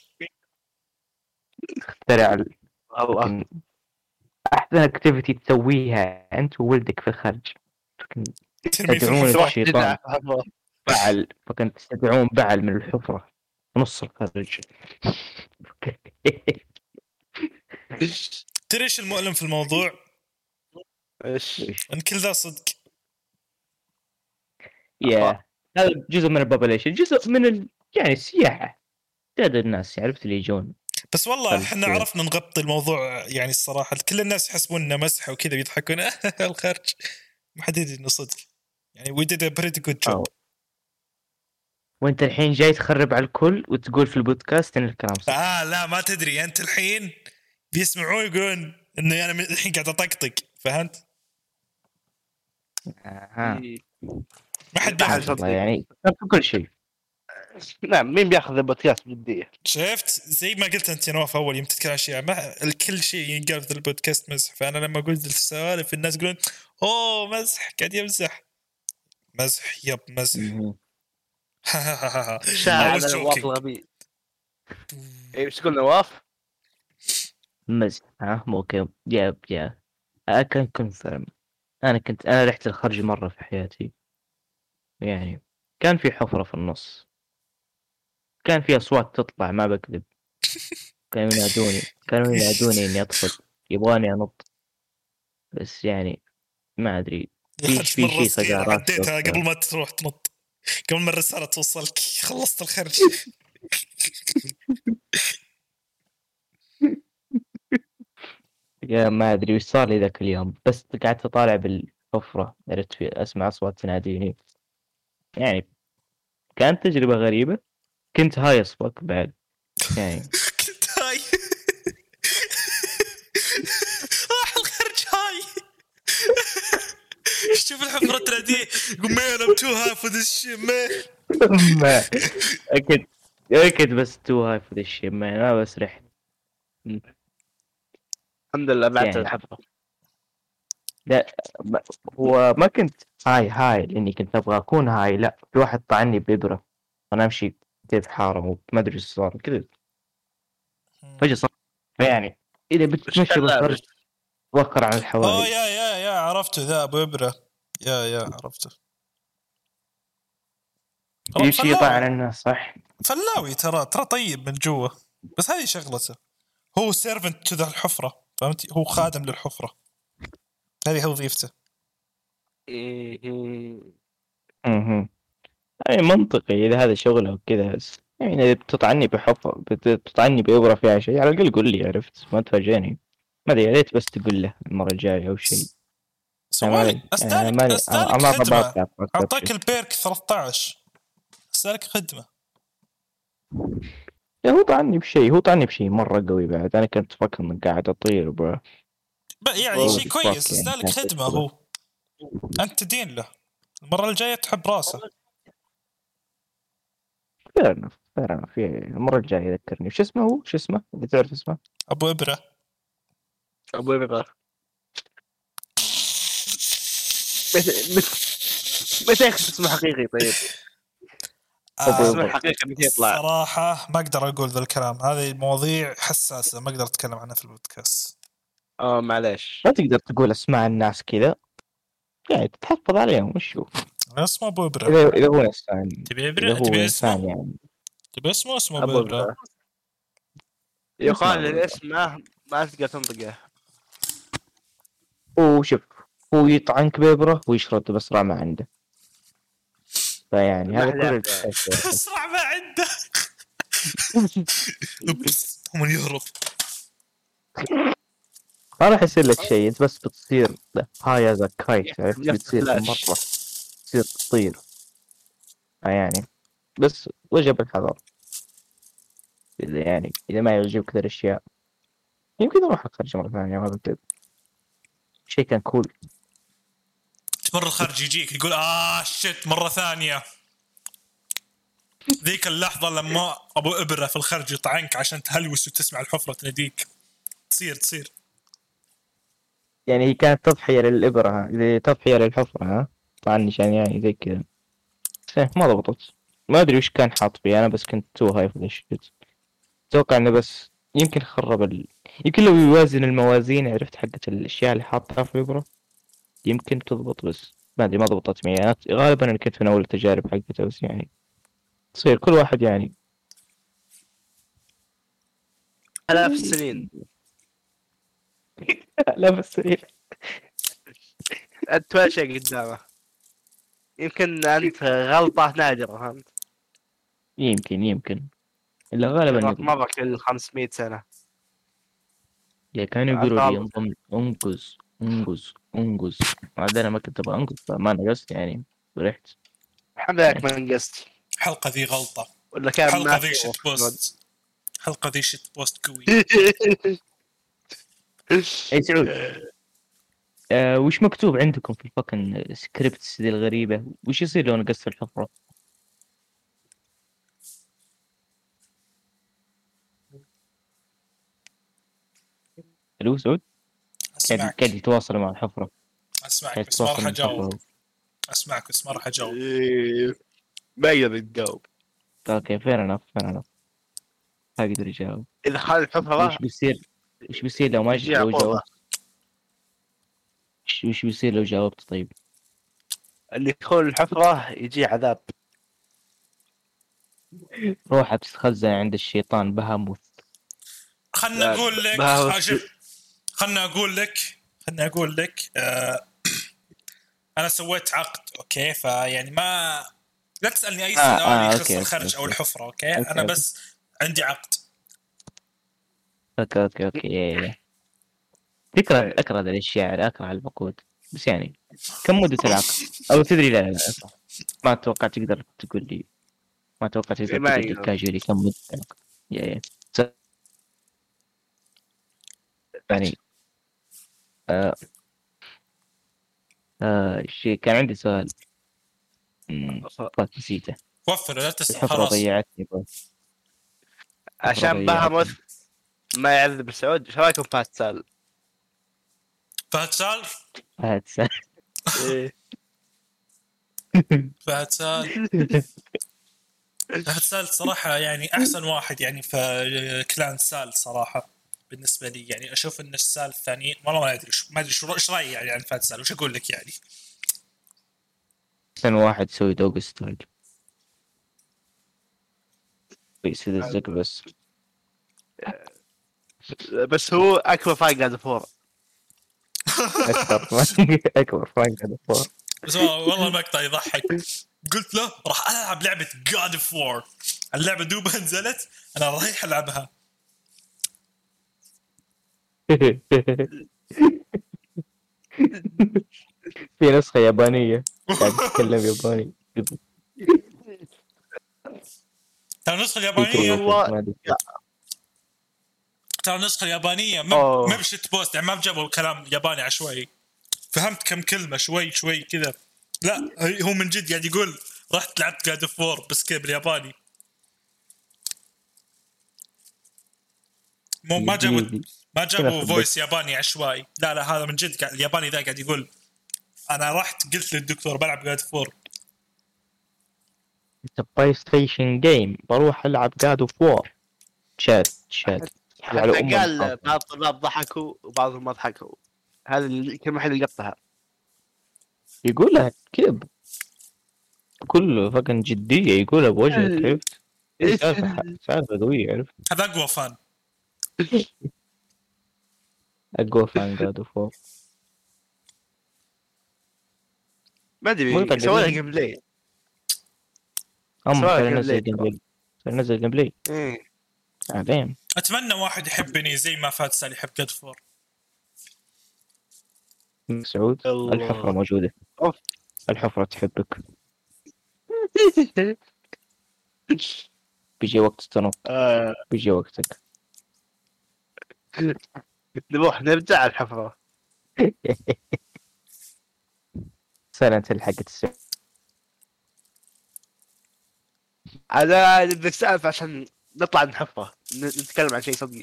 اخترع ال- الله. لكن احسن اكتيفيتي تسويها انت وولدك في الخرج، لكن ترمي في تدعون الحفرة. الشيطان بعل، فكنت تستدعون بعل من الحفرة في نص الخرج. ايش ترى ايش المؤلم في الموضوع؟ ايش ان كل ذا صدق. يا هذا جزء من البوبليشن، جزء من ال... يعني السياحة. تعداد الناس عرفت اللي يجون. بس والله خرج احنا كذا. عرفنا نغطي الموضوع يعني الصراحة. كل الناس يحسبوننا مسحة وكذا بيضحكون. الخرج ما حد يدري انه صدق. يعني we did a pretty good job. أو. وانت الحين جاي تخرب على الكل وتقول في البودكاست ان الكلام صح. آه لا ما تدري أنت الحين بيسمعون يقولون إنه أنا من الحين قاعد أطقطق. فهمت؟ اها ما حد أحد بياخذ. والله يعني في كل شيء. نعم، مين بياخذ البودكاست بجدية؟ شفت زي ما قلت أنت يا نواف أول يوم تتكلم أشياء ما الكل شيء ينقال في البودكاست مزح. فأنا لما قلت السوالف الناس يقولون أوه مزح قاعد يمزح. مزح يب مزح. مهم. شاعر I was على نواف joking. الغبي. ايش تقول نواف؟ مزح ها مو اوكي. يا يا I can confirm. انا كنت انا رحت الخرج مرة في حياتي، يعني كان في حفرة في النص، كان في اصوات تطلع ما بكذب. كانوا ينادوني كانوا ينادوني اني ادخل، يبغاني انط، بس يعني ما ادري في الخرج في مرة شيء صغيرة صقع راسي عديتها وقتها. قبل ما تروح تنط. قبل ما الرسالة توصلك خلصت الخرج. يا ما ادري وش صار لي ذاك اليوم، بس قعدت اطالع بالحفرة، عرفت في اسمع اصوات تناديني، يعني كانت تجربة غريبة. كنت هاي اصبك بعد يعني. كنت هاي. راح الخرج هاي. شوف الحفرة تناديه يقول man I'm too high for this shit man. ما اكيد اكيد بس تو هاي في ذا الشيء ما ما بس رحت الحمد لله بعت يعني. الحفرة. لا ما- هو ما كنت هاي هاي لاني كنت ابغى اكون هاي، لا في واحد طعني بإبرة وانا امشي كيف حارة وما ادري ايش صار كذا فجأة صار. فيعني اذا بتتمشى بالخرج توخر عن اوه الحوادث. يا يا يا عرفته ذا ابو ابره. يا يا عرفته. في شيء طعن فلاوي الناس صح. فلاوي ترى ترى طيب من جوا. بس هذه شغلته. هو سيرفنت ذا الحفرة. فهمتي؟ هو خادم للحفرة. هذه وظيفته. إيه. اها اي منطقي اذا هذا شغله وكذا، بس يعني إذا بتطعني بحفر بتطعني بإبرة فيها شيء على الأقل قول لي، عرفت؟ ما تفاجئني. ما أدري، يا ريت بس تقول له المرة الجاية أو شيء. أنا سوالي ماني أنا استهلك ماني استهلك أنا ما خدمه، بطلع أكثر اعطاك شيء. البيرك ثلاثة عشر، استهلك خدمه. يا هو طعني بشيء، هو طعني بشيء مرة قوي بعد. أنا كنت فاكر إنه قاعد أطير برا. يعني شيء Holy fuck كويس، يعني استهلك كانت خدمه تجربة. هو. انت تدين له المره الجايه تحب راسه. fair enough fair enough. يعني المرة الجاية ذكرني. وش اسمه هو؟ وش اسمه اللي تعرف اسمه؟ ابو ابره. ابو ابره. متى متى متى يخص اسمه حقيقي طيب؟ آه اسمه الحقيقي متى يطلع؟ الصراحه ما اقدر اقول ذا الكلام، هذه مواضيع حساسه ما اقدر اتكلم عنها في البودكاست. اه معليش. ما تقدر تقول اسماء الناس كذا، يعني تتحفظ عليهم. وش هو؟ اسمه ابو ابره. إذا إذا هو إنسان، تبي إذا ابره؟ هو تبي إنسان اسمه؟ يعني. تبي اسمه؟ اسمه ابو ابو ابره. ابره يقال اسمه أبو الاسم ما ما تقدر تنطقه. هو شوف، هو يطعنك بإبرة ويشرد بأسرع ما عنده. فيعني هذا كل اللي تحتاج تعرفه. اسرع ما عنده. هم يهرب. ما راح يصير لك شيء، انت بس بتصير هاي از كايت، عرفت؟ يفتح بتصير فلاش. مرة تصير تطير. يعني بس وجب الحذر. إذا يعني إذا ما يعجبك ذا الأشياء يمكن أروح أخرج مرة ثانية. وهذا طيب شيء كان كول. مرة الخارج يجيك يقول آه شت مرة ثانية. ذيك اللحظة لما أبو إبرة في الخارج يطعنك عشان تهلوس وتسمع الحفرة تناديك. تصير تصير يعني هي كانت تضحية للإبرة، ها تضحية للحفرة، ها طعني عشان يعني زي كذا. ما ضبطت. ما أدري وش كان حاط فيه أنا، بس كنت تو هاي في الشيت. أتوقع إنه بس يمكن خرب ال... يمكن لو يوازن الموازين، عرفت، حقت الأشياء اللي حاطها في الإبرة يمكن تضبط. بس ما أدري، ما ضبطت معي أنا. غالبا أنا كنت من أول التجارب حقتها، بس يعني تصير كل واحد يعني. آلاف السنين. لا بس انت ولا شيء قدامه. يمكن انت غلطة نادرة، فهمت؟ يمكن يمكن إلا غالبا غلط يضبط. مرة كل خمسمية سنة. يا كانوا يقولوا لي انضم انقز انقز انقز. عاد أنا ما كنت أبغى أنقز، فما نقصت يعني. فرحت. الحمد لله ما نقصت. حلقة ذي غلطة. ولا كان حلقة ما ذي في شت بوست. حلقة ذي شت بوست قوي. أي سعود، آه وش مكتوب عندكم في الفكن سكريبتس ذي الغريبة؟ وش يصير لو نقصت الحفرة؟ الو سعود؟ قاعد أسمعك قاعد يتواصل مع الحفرة. أسمعك قاعد بس ما يتواصل راح مع أجاوب. الحفرة. أسمعك بس ما راح أجاوب. ما يقدر يتجاوب. اوكي فير انف فير انف. ما يقدر يجاوب. اذا خالد الحفرة وش بيصير وش بيصير لو ما ج... يجي لو عقوبة. جاوبت؟ وش وش بيصير لو جاوبت طيب؟ اللي يدخل الحفرة يجي عذاب. روح بتتخزن عند الشيطان بهاموث. خلنا أقول لك بهاوس- حاجة. خلنا أقول لك خلنا أقول لك آه أنا سويت عقد أوكي، فيعني ما لا تسألني أي آه، سؤال آه، يخص أوكي، الخرج أوكي، أو أوكي. الحفرة أوكي, أوكي، أنا أوكي. بس عندي عقد. اوكي اوكي اوكي يا يا. فكرة اكره ذا الشعر، اكره العقود. بس يعني كم مدة العقد؟ او تدري، لا لا لا صح. ما اتوقع تقدر تقول لي. ما اتوقع تقدر ما تقول لي يقدر. كاجولي كم مدة العقد. يا يا س- يعني آه آه شيء كان عندي سؤال. أمم، فات نسيته. وفر لا تسأل الحفرة خلاص. ضيعتني بس. عشان ضيعتني. بهاموث ما يعذب السعود. ايش رايكم فات سال؟ فهد سال فهد سال. إيه. فهد سال فهد سال صراحة يعني أحسن واحد يعني في كلان سال صراحة بالنسبة لي. يعني أشوف إن السال الثانيين والله ما أدري شو ما أدري شو إيش رأيي يعني عن فهد سال. وش أقول لك يعني. احسن واحد يسوي دوغ ستايل. يصير الزق بس. بس هو اكبر فايق قاعد فور. اكبر اكبر فايق هذا فور. بس والله المقطع يضحك. قلت له راح ألعب لعبة God of War اللعبة دوبها نزلت أنا رايح ألعبها. في نسخة يابانية قاعد تتكلم ياباني. ترى النسخة في اليابانية كرييتر ما أدري. ترى النسخة اليابانية ما أوه. ما بشت بوست يعني ما بجابوا كلام ياباني عشوائي. فهمت كم كلمة شوي شوي كذا. لا هو من جد قاعد يقول رحت لعبت جاد اوف وور بس كذا بالياباني. مو ما جابوا إنجليزي. ما جابوا كذا فويس ياباني عشوائي. لا لا هذا من جد قاعد الياباني ذا قاعد يقول أنا رحت قلت للدكتور بلعب جاد اوف وور. بلاي ستيشن جيم بروح ألعب جاد اوف وور. شاد شاد حتى على أم قال الخاطر. بعض الطلاب ضحكوا وبعضهم ما ضحكوا. هذه الكلمة الوحيدة اللي قطها. يقولها كذب كله فكن جدية يقولها بوجهك عرفت. إيش؟ سالفة سالفة قوية عرفت. هذا أقوى فان. أقوى فان جاد اوف وور. ما ادري مقطع سوى لها قديم. جيم بلاي. أم سواء كان جيم نزل بلاي جيم ترى. بلاي. كان نزل جيم بلاي. ايه عظيم. أتمنى واحد يحبني زي ما فات سالي يحب جاد اوف وور. مسعود الله. الحفرة موجودة. أوف. الحفرة تحبك. بيجي وقت تنط. آه، بيجي وقتك. نروح نرجع على الحفرة. سنة الحقت السنة. انا نبي نسالف عشان نطلع من الحفرة ن- نتكلم عن شيء صدقي.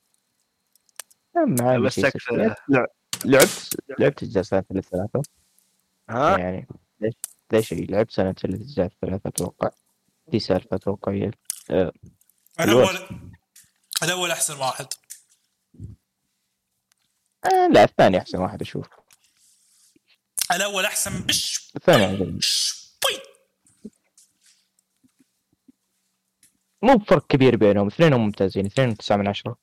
أهم عندي بس شيء أكثر. سيء. لعبت لعبت لعبت أجزاء سنة الثلاثة. ها يعني ليش ليش لعبت سنة الأجزاء الثلاثة أتوقع. دي سالفة أتوقع هي. آه، الأول الأول أحسن واحد. آه لا الثاني أحسن واحد أشوف. الأول أحسن بش الثاني عجبني. شوي. مو بفرق كبير بينهم. اثنينهم ممتازين. اثنين تسعة من عشرة.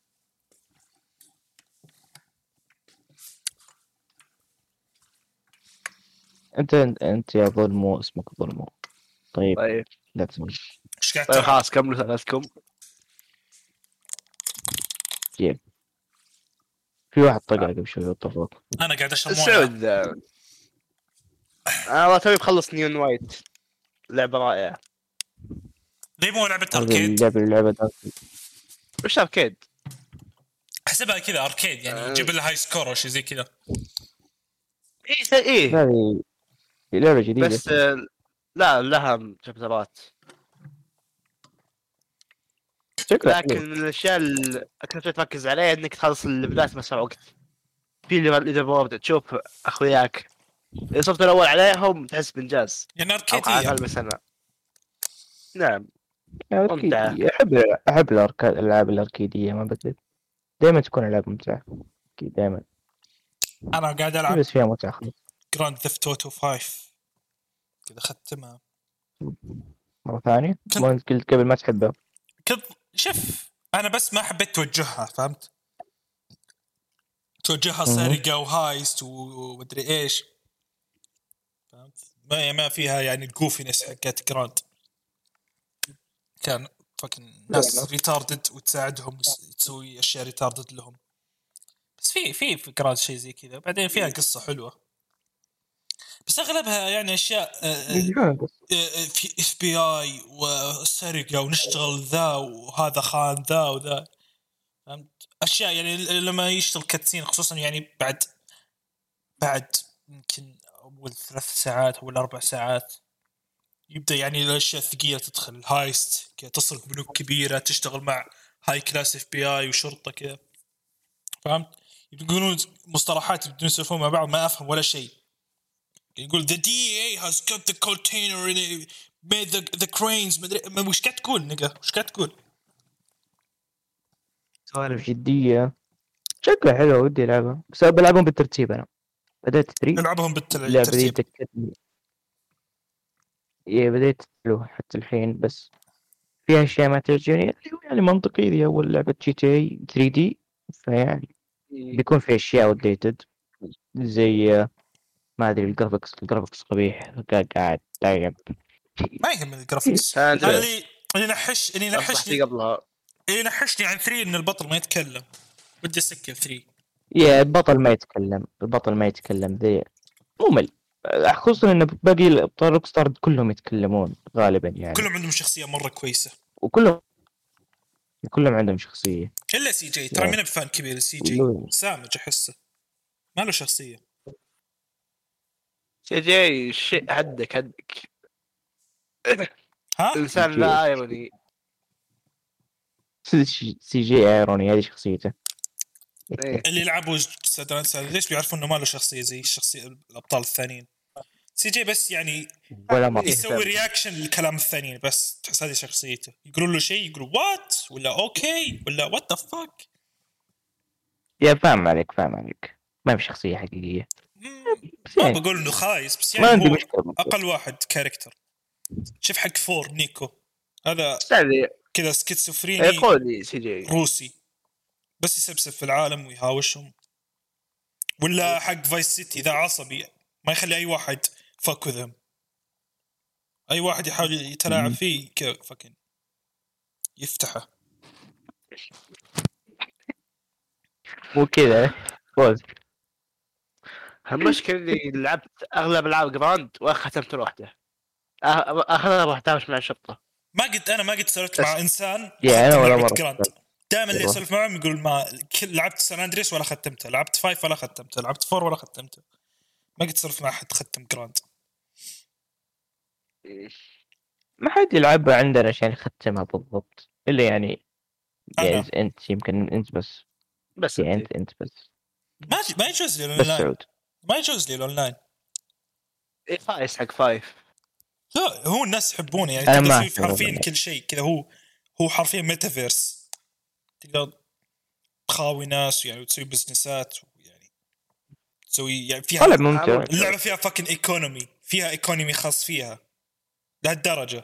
أنت أنت يا ظلمو اسمك ظلمو. طيب طيب لا تسوي. إيش قاعد طيب تلعب؟ خلاص كملوا ثلاثكم. جيب. في واحد طقع قبل شوي وطفق. أنا قاعد أشرب موية. السعود آه، انا والله توي بخلص نيون وايت. لعبة رائعة. ليه مو لعبة هذه أركيد؟ اللعبة اللعبة ده. وش اركيد؟ حسبها كذا أركيد يعني آه. يجيب لها هاي سكور أو شيء زي كذا. ايه ايه هذه لعبة جديدة. بس آه، لا لها شابترات. شكلها لكن حلو. من الاشياء اللي اكثر شيء تركز عليها انك تخلص الليفلات باسرع وقت. في ليفل بورد تشوف اخوياك اذا صرت الاول عليهم تحس بانجاز. يعني او على أركيدية. الاقل بسنة. نعم أركيد. ممتعة. أحب أحب الأركاد الألعاب الأركيدية ما بدل. دائما تكون ألعاب ممتعة. أكيد دائما. أنا قاعد ألعب بس فيها متعة خلاص. جراند ثيفت أوتو خمسة كذا ختمها. مرة ثانية. كنت- ما أنت قلت قبل ما تحبها. كذا شوف أنا بس ما حبيت توجهها فهمت؟ توجهها مهم. سرقة وهايست ومدري إيش فهمت؟ ما ما فيها يعني الجوفينس حقت جراند. كان فكن ناس ريتاردد وتساعدهم يس- تسوي أشياء ريتاردد لهم. بس في في في جراند شيء زي كذا. بعدين فيها قصة حلوة. بس أغلبها يعني أشياء آه، آه، في اف بي اي وسرقة ونشتغل ذا وهذا خان ذا وذا فهمت؟ اشياء يعني لما يشتغل كاتسين خصوصا يعني بعد بعد يمكن اول ثلاث ساعات او اربع ساعات يبدا يعني الاشياء الثقيله تدخل هايست كذا تصرف بنوك كبيره تشتغل مع هاي كلاس اف بي اي وشرطه كذا فهمت؟ يقولون مصطلحات بدون يسولفون مع بعض ما افهم ولا شيء. يقول the دي إيه has got the container in it, made the the cranes مدري ما وش قاعد تقول نقا وش قاعد تقول. سوالف جدية. شكلها حلو ودي ألعبها. بس بلعبهم بالترتيب أنا. بدأت ثري. نلعبهم اللعبة دي بالترتيب. تذكرني. إيه بديت له حتى الحين بس فيها أشياء ما تعجبني اللي هو يعني منطقي. دي أول لعبة جي تي اي ثري دي فيعني بيكون في أشياء وديتد زي ما أدري الجرافيكس الجرافيكس قبيح قاعد قاعد تعب. ما يهم الجرافيكس ساندرا. اللي اللي نحش اللي نصحتي نحشني قبلها. اللي نحشني عن ثري ان البطل ما يتكلم. بدي اسكر ثري. يا البطل ما يتكلم، البطل ما يتكلم ذي ممل، خصوصا ان باقي الابطال روك ستار كلهم يتكلمون غالبا يعني، كلهم عندهم شخصيه مره كويسه، وكلهم كلهم عندهم شخصيه الا سي جي. ترى مين بفان كبير سي جي لو- سامج احسه ما له شخصيه. سي جي شيء هدك هدك ها انسان جي. لا ايروني. سي جي ايروني هذه شخصيته. إيه. اللي يلعبوا سادرانس ليش بيعرفوا انه ما له شخصيه زي الشخصيه الابطال الثانيين. سي جي بس يعني ولا مرة يسوي رياكشن للكلام الثانيين بس، تحس هذه شخصيته. يقولوا له شيء يقولوا وات ولا اوكي ولا وات ذا فاك. يا فاهم عليك فاهم عليك، ما في شخصيه حقيقيه. بس ما يعني بقول انه خايس بس ما يعني عندي هو مشكله. اقل واحد كاركتر. شوف حق فور نيكو هذا يعني كذا سكيزوفريني يقول سي جي روسي بس يسبسب في العالم ويهاوشهم. ولا حق فايس سيتي ذا عصبي ما يخلي اي واحد فك ذم، اي واحد يحاول يتلاعب فيه كذا فكن يفتحه. مو كذا فوز. المشكلة اللي لعبت اغلب العاب جراند وختمت لوحده، اخذها راح اتهاوش مع الشرطة. ما قد انا ما قد سولفت مع انسان يا انا ختم ولا لعبة مره جراند. دائما اللي يلا. اسولف معهم يقول ما كل لعبت سان اندريس ولا ختمته، لعبت فايف ولا ختمته، لعبت فور ولا ختمته. ما قد سولف مع حد ختم جراند. ما حد يلعبها عندنا عشان يختمها بالضبط الا يعني أنا. يعني انت يمكن انت بس بس يعني انت انت انت بس ما ما يجوز لي بس الاونلاين، سعود. ما يجوز لي الاونلاين. إيه فايس حق فايف. لا هو الناس يحبونه يعني أنا تقدر ما تسوي أحب حرفيا والله. كل شيء كذا. هو هو حرفيا ميتافيرس، تقدر تخاوي ناس يعني وتسوي بزنسات يعني تسوي يعني فيها طلع ممتع. اللعبه فيها فاكن ايكونومي، فيها ايكونومي خاص فيها لهالدرجه.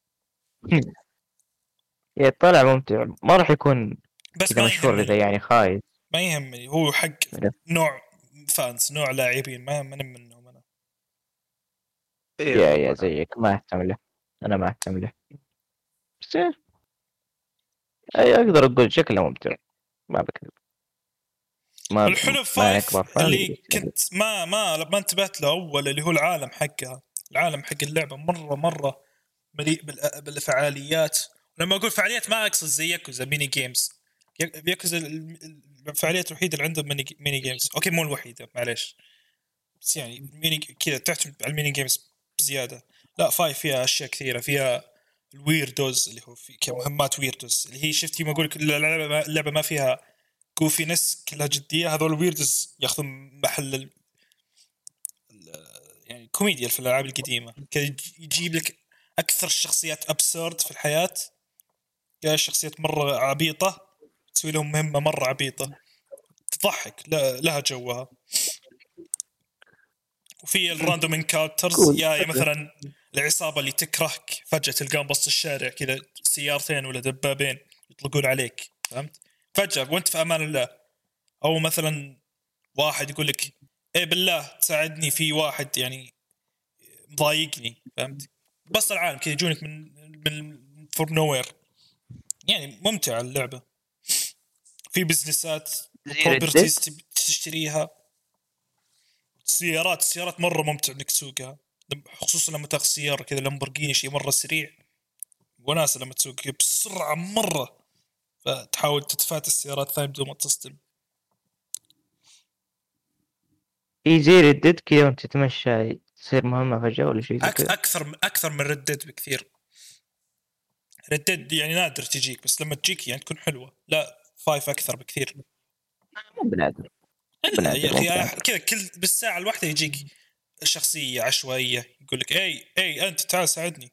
يا طلع ممتع، ما راح يكون بس كذا ما مشهور يهمني اذا يعني خايس. ما يهمني هو حق إيه. نوع فانس نوع لاعبين ما ما منهم انا. إيه يا يا زيك ما اهتم له، انا ما اهتم له بس إيه. أي اقدر اقول شكله ممتع ما بكذب. ما الحلو ما فايف اكبر فان اللي كنت ما ما ما انتبهت له اول اللي هو العالم حقها. العالم حق اللعبه مره مره مليء بالأ- بالفعاليات. لما اقول فعاليات ما اقصد زي ياكوزا ميني جيمز. ياكوزا الفعاليات الوحيده اللي عندهم ميني, ميني جيمز. اوكي مو الوحيده معليش بس يعني ميني كذا تعتمد على الميني جيمز بزياده. لا فايف فيها اشياء كثيره، فيها الويردوز اللي هو في كمهمات ويردوز اللي هي شفتي ما اقول لك اللعبه اللعبه ما فيها جوفينس كلها جديه. هذول الويردوز ياخذون محل ال... يعني كوميديا في الالعاب القديمه كذا. يجيب لك اكثر الشخصيات ابسورد في الحياه، يا الشخصيات مره عبيطه تسوي لهم مهمه مره عبيطه تضحك لها جوها. وفي الراندوم انكاونترز يا يا مثلا العصابه اللي تكرهك فجاه تلقاهم بسط الشارع كذا سيارتين ولا دبابين يطلقون عليك فهمت فجاه وانت في امان الله. او مثلا واحد يقول لك ايه بالله تساعدني في واحد يعني مضايقني فهمت. بس العالم كذا يجونك من من فور نوير. يعني ممتعه اللعبه. في بزنسات بروبرتيز تشتريها. سيارات السيارات مره ممتع انك تسوقها خصوصا لما تاخذ سياره كذا لامبورجيني شيء مره سريع وناسه لما تسوق بسرعه مره فتحاول تتفادى السيارات الثانيه بدون ما تصدم. في زي ردد كذا وانت تتمشى تصير مهمة فجأة ولا شيء زي كذا. اكثر اكثر من ردد بكثير. ردد يعني نادر تجيك بس لما تجيك يعني تكون حلوه. لا فايف اكثر بكثير. مو بنادر لا يا اخي كذا كل بالساعه الواحده يجيك شخصيه عشوائيه يقول لك اي اي انت تعال ساعدني.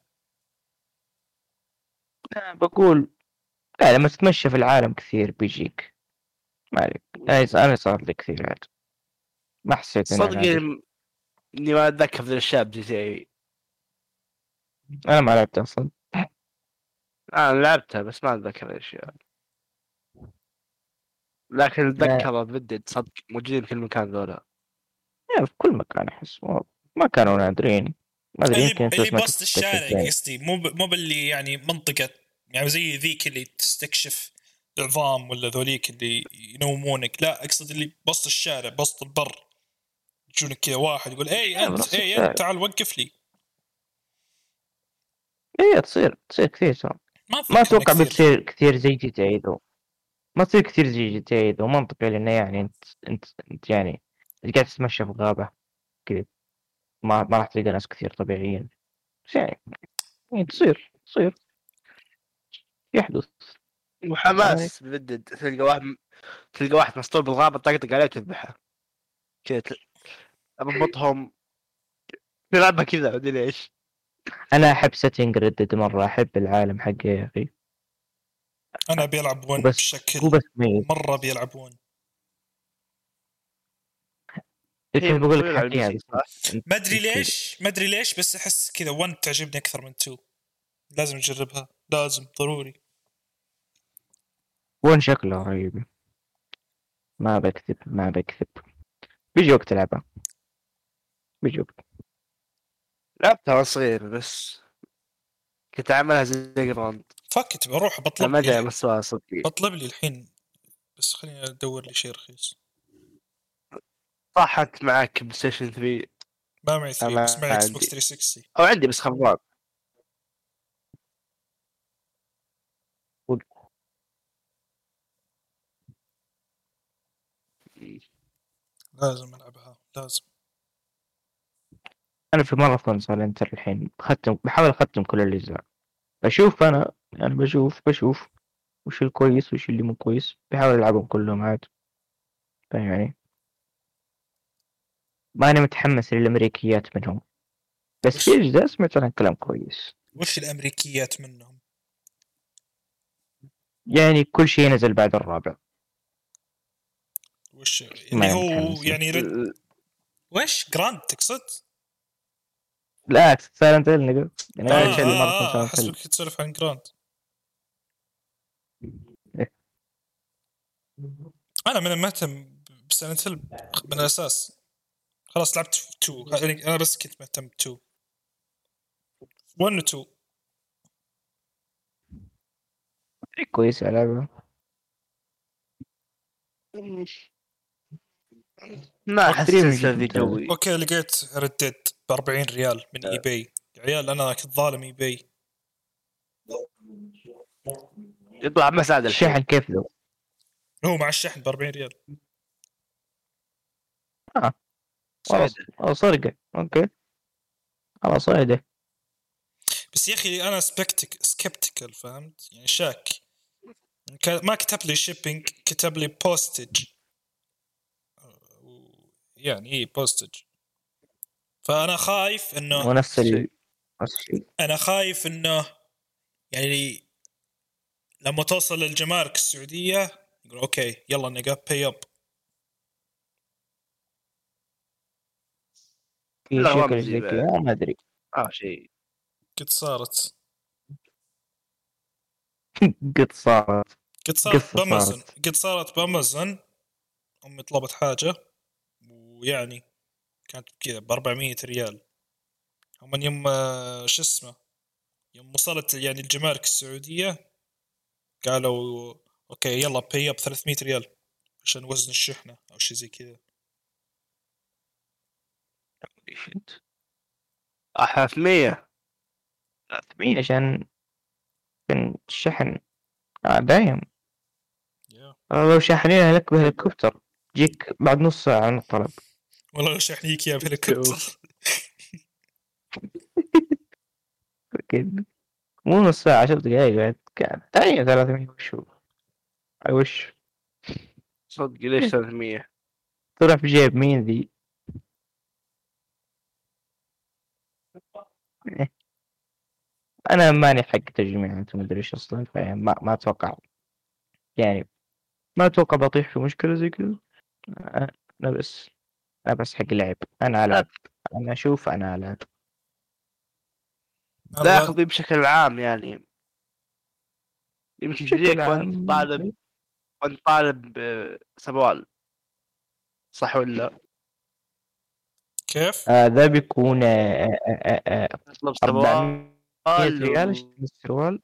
بقول لا لما تتمشى في العالم كثير بيجيك ما عليك. انا صار لي كثير عاد ما حسيت صدقني اني ما اتذكر ذا الشاب زي انا ما لعبت اصلا. انا لعبتها بس ما اتذكر الاشياء، لكن اتذكر بدد صدق موجودين في المكان ذولا. في كل مكان احس ما كانوا نادرين ما ادري يمكن اللي بسط الشارع قصدي مو مو باللي يعني منطقه يعني زي ذيك اللي تستكشف العظام ولا ذوليك اللي ينومونك، لا أقصد اللي بسط الشارع بسط البر يجونك كذا واحد يقول اي آه، انت بنص اي الشارع. انت تعال وقف لي. ايه تصير تصير كثير ترى. ما ما أتذكر إنه اتوقع كثير. بتصير كثير زي جي تي اي ذو. ما تصير كثير زي جي تي اي ذو منطقي، لانه يعني انت انت انت يعني قاعد تتمشى في غابة كذا، ما ما راح تلقى ناس كثير طبيعيين، بس يعني يعني تصير تصير يحدث. يعني وحماس بدد تلقى واحد تلقى واحد مسطول بالغابة طقطق عليه وتذبحه كذا، تربطهم تلعبها كذا ما ادري ليش. انا احب سيتنج ردد مرة، احب العالم حقه يا اخي، انا بيلعب ون وبس بشكل وبس ميت. مرة بيلعب ون. هي كنت بقول لك موجودة على البي حكيها سي بس صح؟ انت ما ادري قلت لي. ليش ما ادري ليش بس احس كذا ون تعجبني اكثر من تو. لازم نجربها، لازم ضروري. وين شكله رهيب، ما بكذب ما بكذب، بيجي وقت العبها، بيجي وقت. لعبتها وانا صغير بس كنت اعملها زي جراند، فكت بروح بطلب ما ادري لي مستوى صدقي. بطلب لي الحين، بس خليني ادور لي شيء رخيص. صحت معك بلاي ستيشن ثري؟ ما معي ثري بس ما معي اكس بوكس عندي، ثلاثمية وستين. او عندي بس خربان. لازم العبها لازم. انا في ماراثون سايلنتر الحين، ختم بحاول اختم كل الاجزاء، بشوف انا يعني بشوف بشوف وش الكويس وش اللي مو كويس، بحاول العبهم كلهم عاد، فاهم يعني. ما انا متحمس للامريكيات منهم، بس في وش اجزاء سمعت عنها كلام كويس. وش الامريكيات منهم؟ يعني كل شيء نزل بعد الرابع، وش اللي ما أنا هو متحمس له. يعني رد؟ وش جراند تقصد؟ لا سايلنت هيل نقول، آه, يعني ايش اللي ماراثون آه, آه سايلنت هيل. حسبك تسولف عن جراند. انا من مهتم بسنة هيل من الاساس، خلاص لعبت في تو، يعني انا بس كنت مهتم بتو، ون وتو. كويس لعبة. ما احس ثري من السلسلة جد ذي ممتاز. جوي. اوكي لقيت رديت ب أربعين ريال من اي باي. يا عيال انا كنت ظالم اي باي. يطلع مساعد الحين. الشحن كيف ذو؟ هو مع الشحن ب أربعين ريال. اه خلاص صعدة. صرقة اوكي خلاص صعدة. بس يا اخي انا سبكتك سكبتيكال فهمت يعني شاك. ما كتب لي شيبينج كتب لي بوستج، يعني ايه بوستج. فانا خايف انه ونفس ال... شيء. نفس الشيء. انا خايف انه يعني لما توصل للجمارك السعودية يقول اوكي يلا نقا باي اب. في لا شكل رمزي زي بعد. كذا ما ادري. اه شيء قد صارت قد صارت قد صارت قصة بامازون صارت. قد صارت بامازون. امي طلبت حاجة ويعني كانت كذا ب أربعمية ريال. ومن يوم آه، شو اسمه يوم وصلت يعني الجمارك السعودية قالوا اوكي يلا باي اب ثلاثمية ريال عشان وزن الشحنة او شيء زي كذا. ثلاثمية. ثمانية عشان عشان الشحن. آه دايم. yeah. آه لو شاحنينها لك بهليكوبتر جيك بعد نص ساعة من الطلب. والله لو شحنيك يا بهليكوبتر. أكيد مو نص ساعة عشر دقايق بعد كان دايم ثلاثمية وشو. أي وش صدق ليش ثلاثمية؟ تروح في جيب مين ذي. إيه. أنا ماني حق تجميعات ومدري إيش أصلا، فاهم ما ما أتوقع يعني ما أتوقع بطيح في مشكلة زي كذا. أنا بس أنا بس حق اللعب، أنا ألعب، أنا أشوف أنا ألعب. لا انا اخذ بشكل عام يعني، يمكن بشكل ذيك وانت عام طالب وانت طالب آه، سبوال صح ولا؟ كيف آه ذا بيكون آه آه آه آه تطلب سبوال مية ريال اشتري السروال.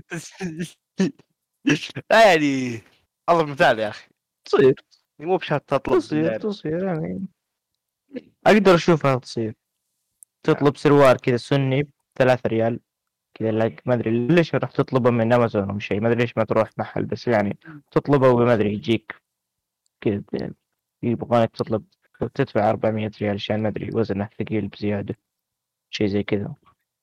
يعني الله مثال يا اخي، تصير مو بشرط تطلب تصير بالليل. تصير يعني اقدر اشوفها تصير. نعم. تطلب سروال كذا سني بثلاثة ريال كذا لك، ما ادري ليش راح تطلبه من امازون او شيء، ما ادري ليش ما تروح محل، بس يعني تطلبه وما ادري يجيك كذا يعني. يبغانك تطلب تدفع أربعمية ريال عشان ما ادري وزنه ثقيل بزيادة، شيء زي كذا.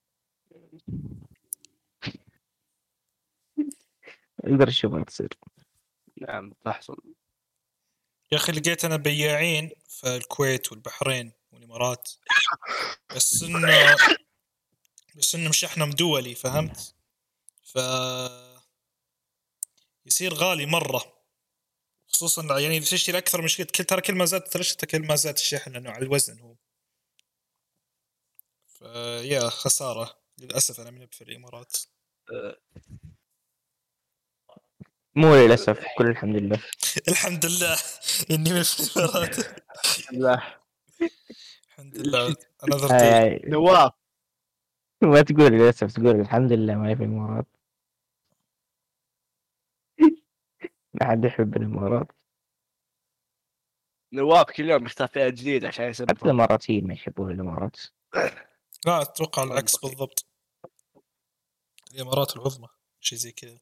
اقدر اشوفها تصير. نعم تحصل. يا اخي لقيت انا بياعين في الكويت والبحرين والامارات، بس انه بس انه مش احنا دولي، فهمت؟ ف يصير غالي مره، خصوصا يعني اذا تشتري اكثر من شيء. كل ترى كل ما زادت ترشتها كل ما زاد الشحن، لانه على الوزن هو. فيا خساره للاسف انا من في الامارات. مو للاسف، كل الحمد لله. الحمد لله اني من في الامارات. لا الحمد لله انا ذر داي. آه، نواف ما تقول للاسف، تقول الحمد لله ما في الامارات. ما حد يحب الامارات، نواف كل يوم يختار فئة جديدة عشان حتى يثبتهم. الاماراتيين ما يحبون الامارات. لا اتوقع العكس بالضبط، الامارات العظمى شيء زي كذا.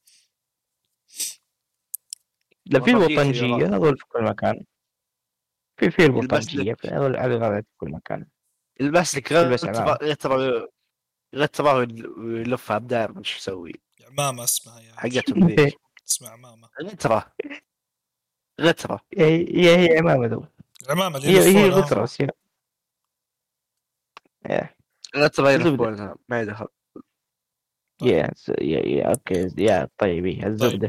لا، في والله في الوطنجية خيارات. هذول في كل مكان. في في يلبس الوطنجية لك في هذول على الأغلب في كل مكان. يلبس لك يلبس عمامة. غترة غترة ويلفها بداير، مش يسوي عمامة اسمها يا عاد، حقتهم ذيك. اسمها عمامة. غترة غترة هي هي هي عمامة ذو. العمامة اللي هي هي يلفونها. غترة بس هي- إيه. غترة زبدة. يلفونها ما يدخل. طيب. يا س- يا يا اوكي يا طيب، هي الزبدة.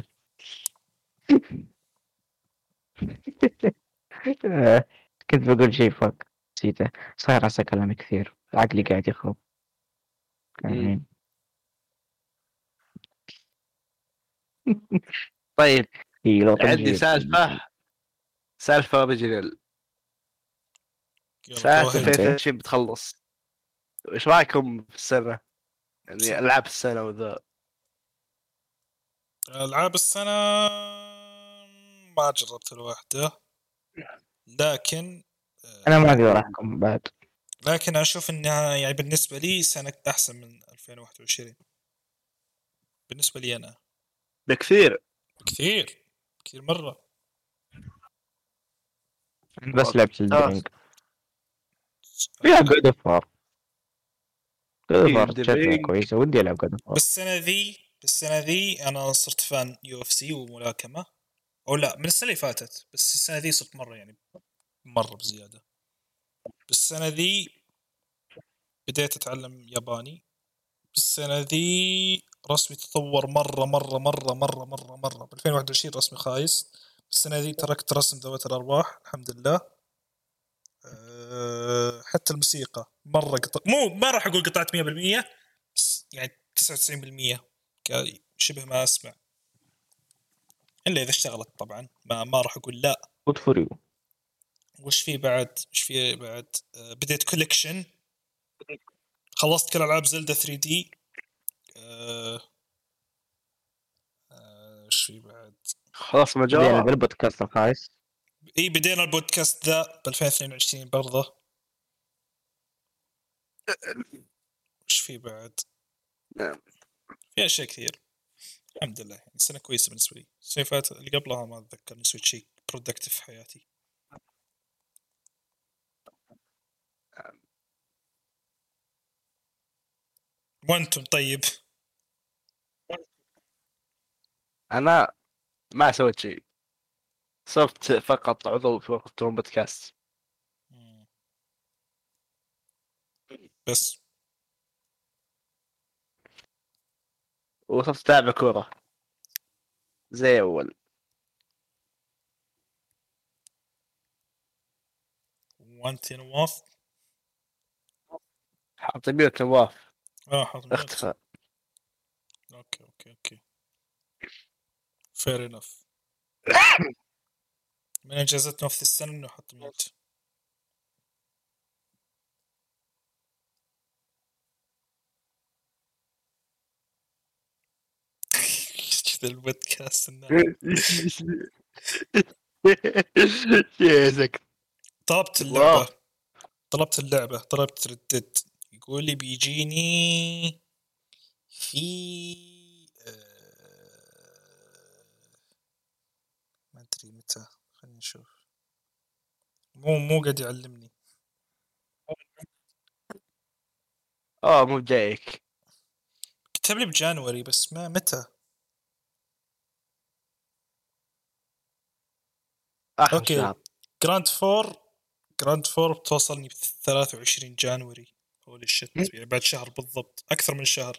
آه، كنت بقول شيء فوق نسيته. صاير عسى كلامي كثير، عقلي قاعد يخرب. مم. الحين طيب هي لو عندي طنجية. سالفة سالفة اوريجينال. يلا سنة جو هيد. اوكي. ألفين واثنين وعشرين بتخلص، ايش رايكم في السنة؟ يعني العاب السنة وذا. العاب السنة ما جربت الواحدة، لكن انا ما اقدر احكم بعد. لكن اشوف انها يعني بالنسبة لي سنة احسن من ألفين وواحد وعشرين بالنسبة لي انا. بكثير. كثير كثير مرة. بس لعبة خلاص. الدرينج فيها جود اوف وار. جود اوف وار Elden شكلها Ring. كويسة، ودي العب جود اوف وار. بس السنة ذي بالسنة ذي انا صرت فان يو اف سي وملاكمة، او لا من السنة اللي فاتت، بس السنة ذي صرت مرة يعني مرة بزيادة. بالسنة ذي بديت اتعلم ياباني. السنة ذي رسمي تطور مرة مرة مرة مرة مرة مرة. ب ألفين وواحد وعشرين رسمي خايس، السنة ذي تركت رسم ذوات الأرواح الحمد لله. أه حتى الموسيقى مرة قطع، مو ما راح أقول قطعت مية بالمية، بس يعني تسعة وتسعين بالمية شبه ما أسمع، إلا إذا اشتغلت طبعا، ما ما راح أقول لا. جود فور يو. وش في بعد وش في بعد أه بديت كوليكشن، خلصت كل ألعاب زلدا ثري دي. أه أه وش في بعد؟ خلاص بدينا مجارة. بالبودكاست الخايس. اي بدينا البودكاست ذا ب ألفين واثنين وعشرين برضه. وش في بعد؟ نعم. في اشياء كثير الحمد لله، يعني سنه كويسه بالنسبه لي. الصيفات اللي قبلها ما اتذكر نسوي شيء برودكتيف في حياتي. وانتم طيب؟ انا ما سويت شيء، صرت فقط عضو في وقت بودكاست بس وصرت اتابع كورة زي اول. وانت يا نواف؟ حاط ميوت نواف اه حاط ميوت. اختفى. اوكي اوكي اوكي فير انف. من انجازات نواف السنه انه حط ميوت. ذا البودكاست الناس. يا زك طلبت الله. اللعبة طلبت اللعبة طلبت ردد، يقول لي بيجيني في آه، ما أدري متى، خلينا نشوف. مو مو قاعد يعلمني. اه مو جايك. كتب لي بجانوري بس ما متى. اخر اوكي، شهر. جراند فور جراند فور بتوصلني ب ثلاثة وعشرين جانوري. هولي الشت، يعني بعد شهر بالضبط، اكثر من شهر.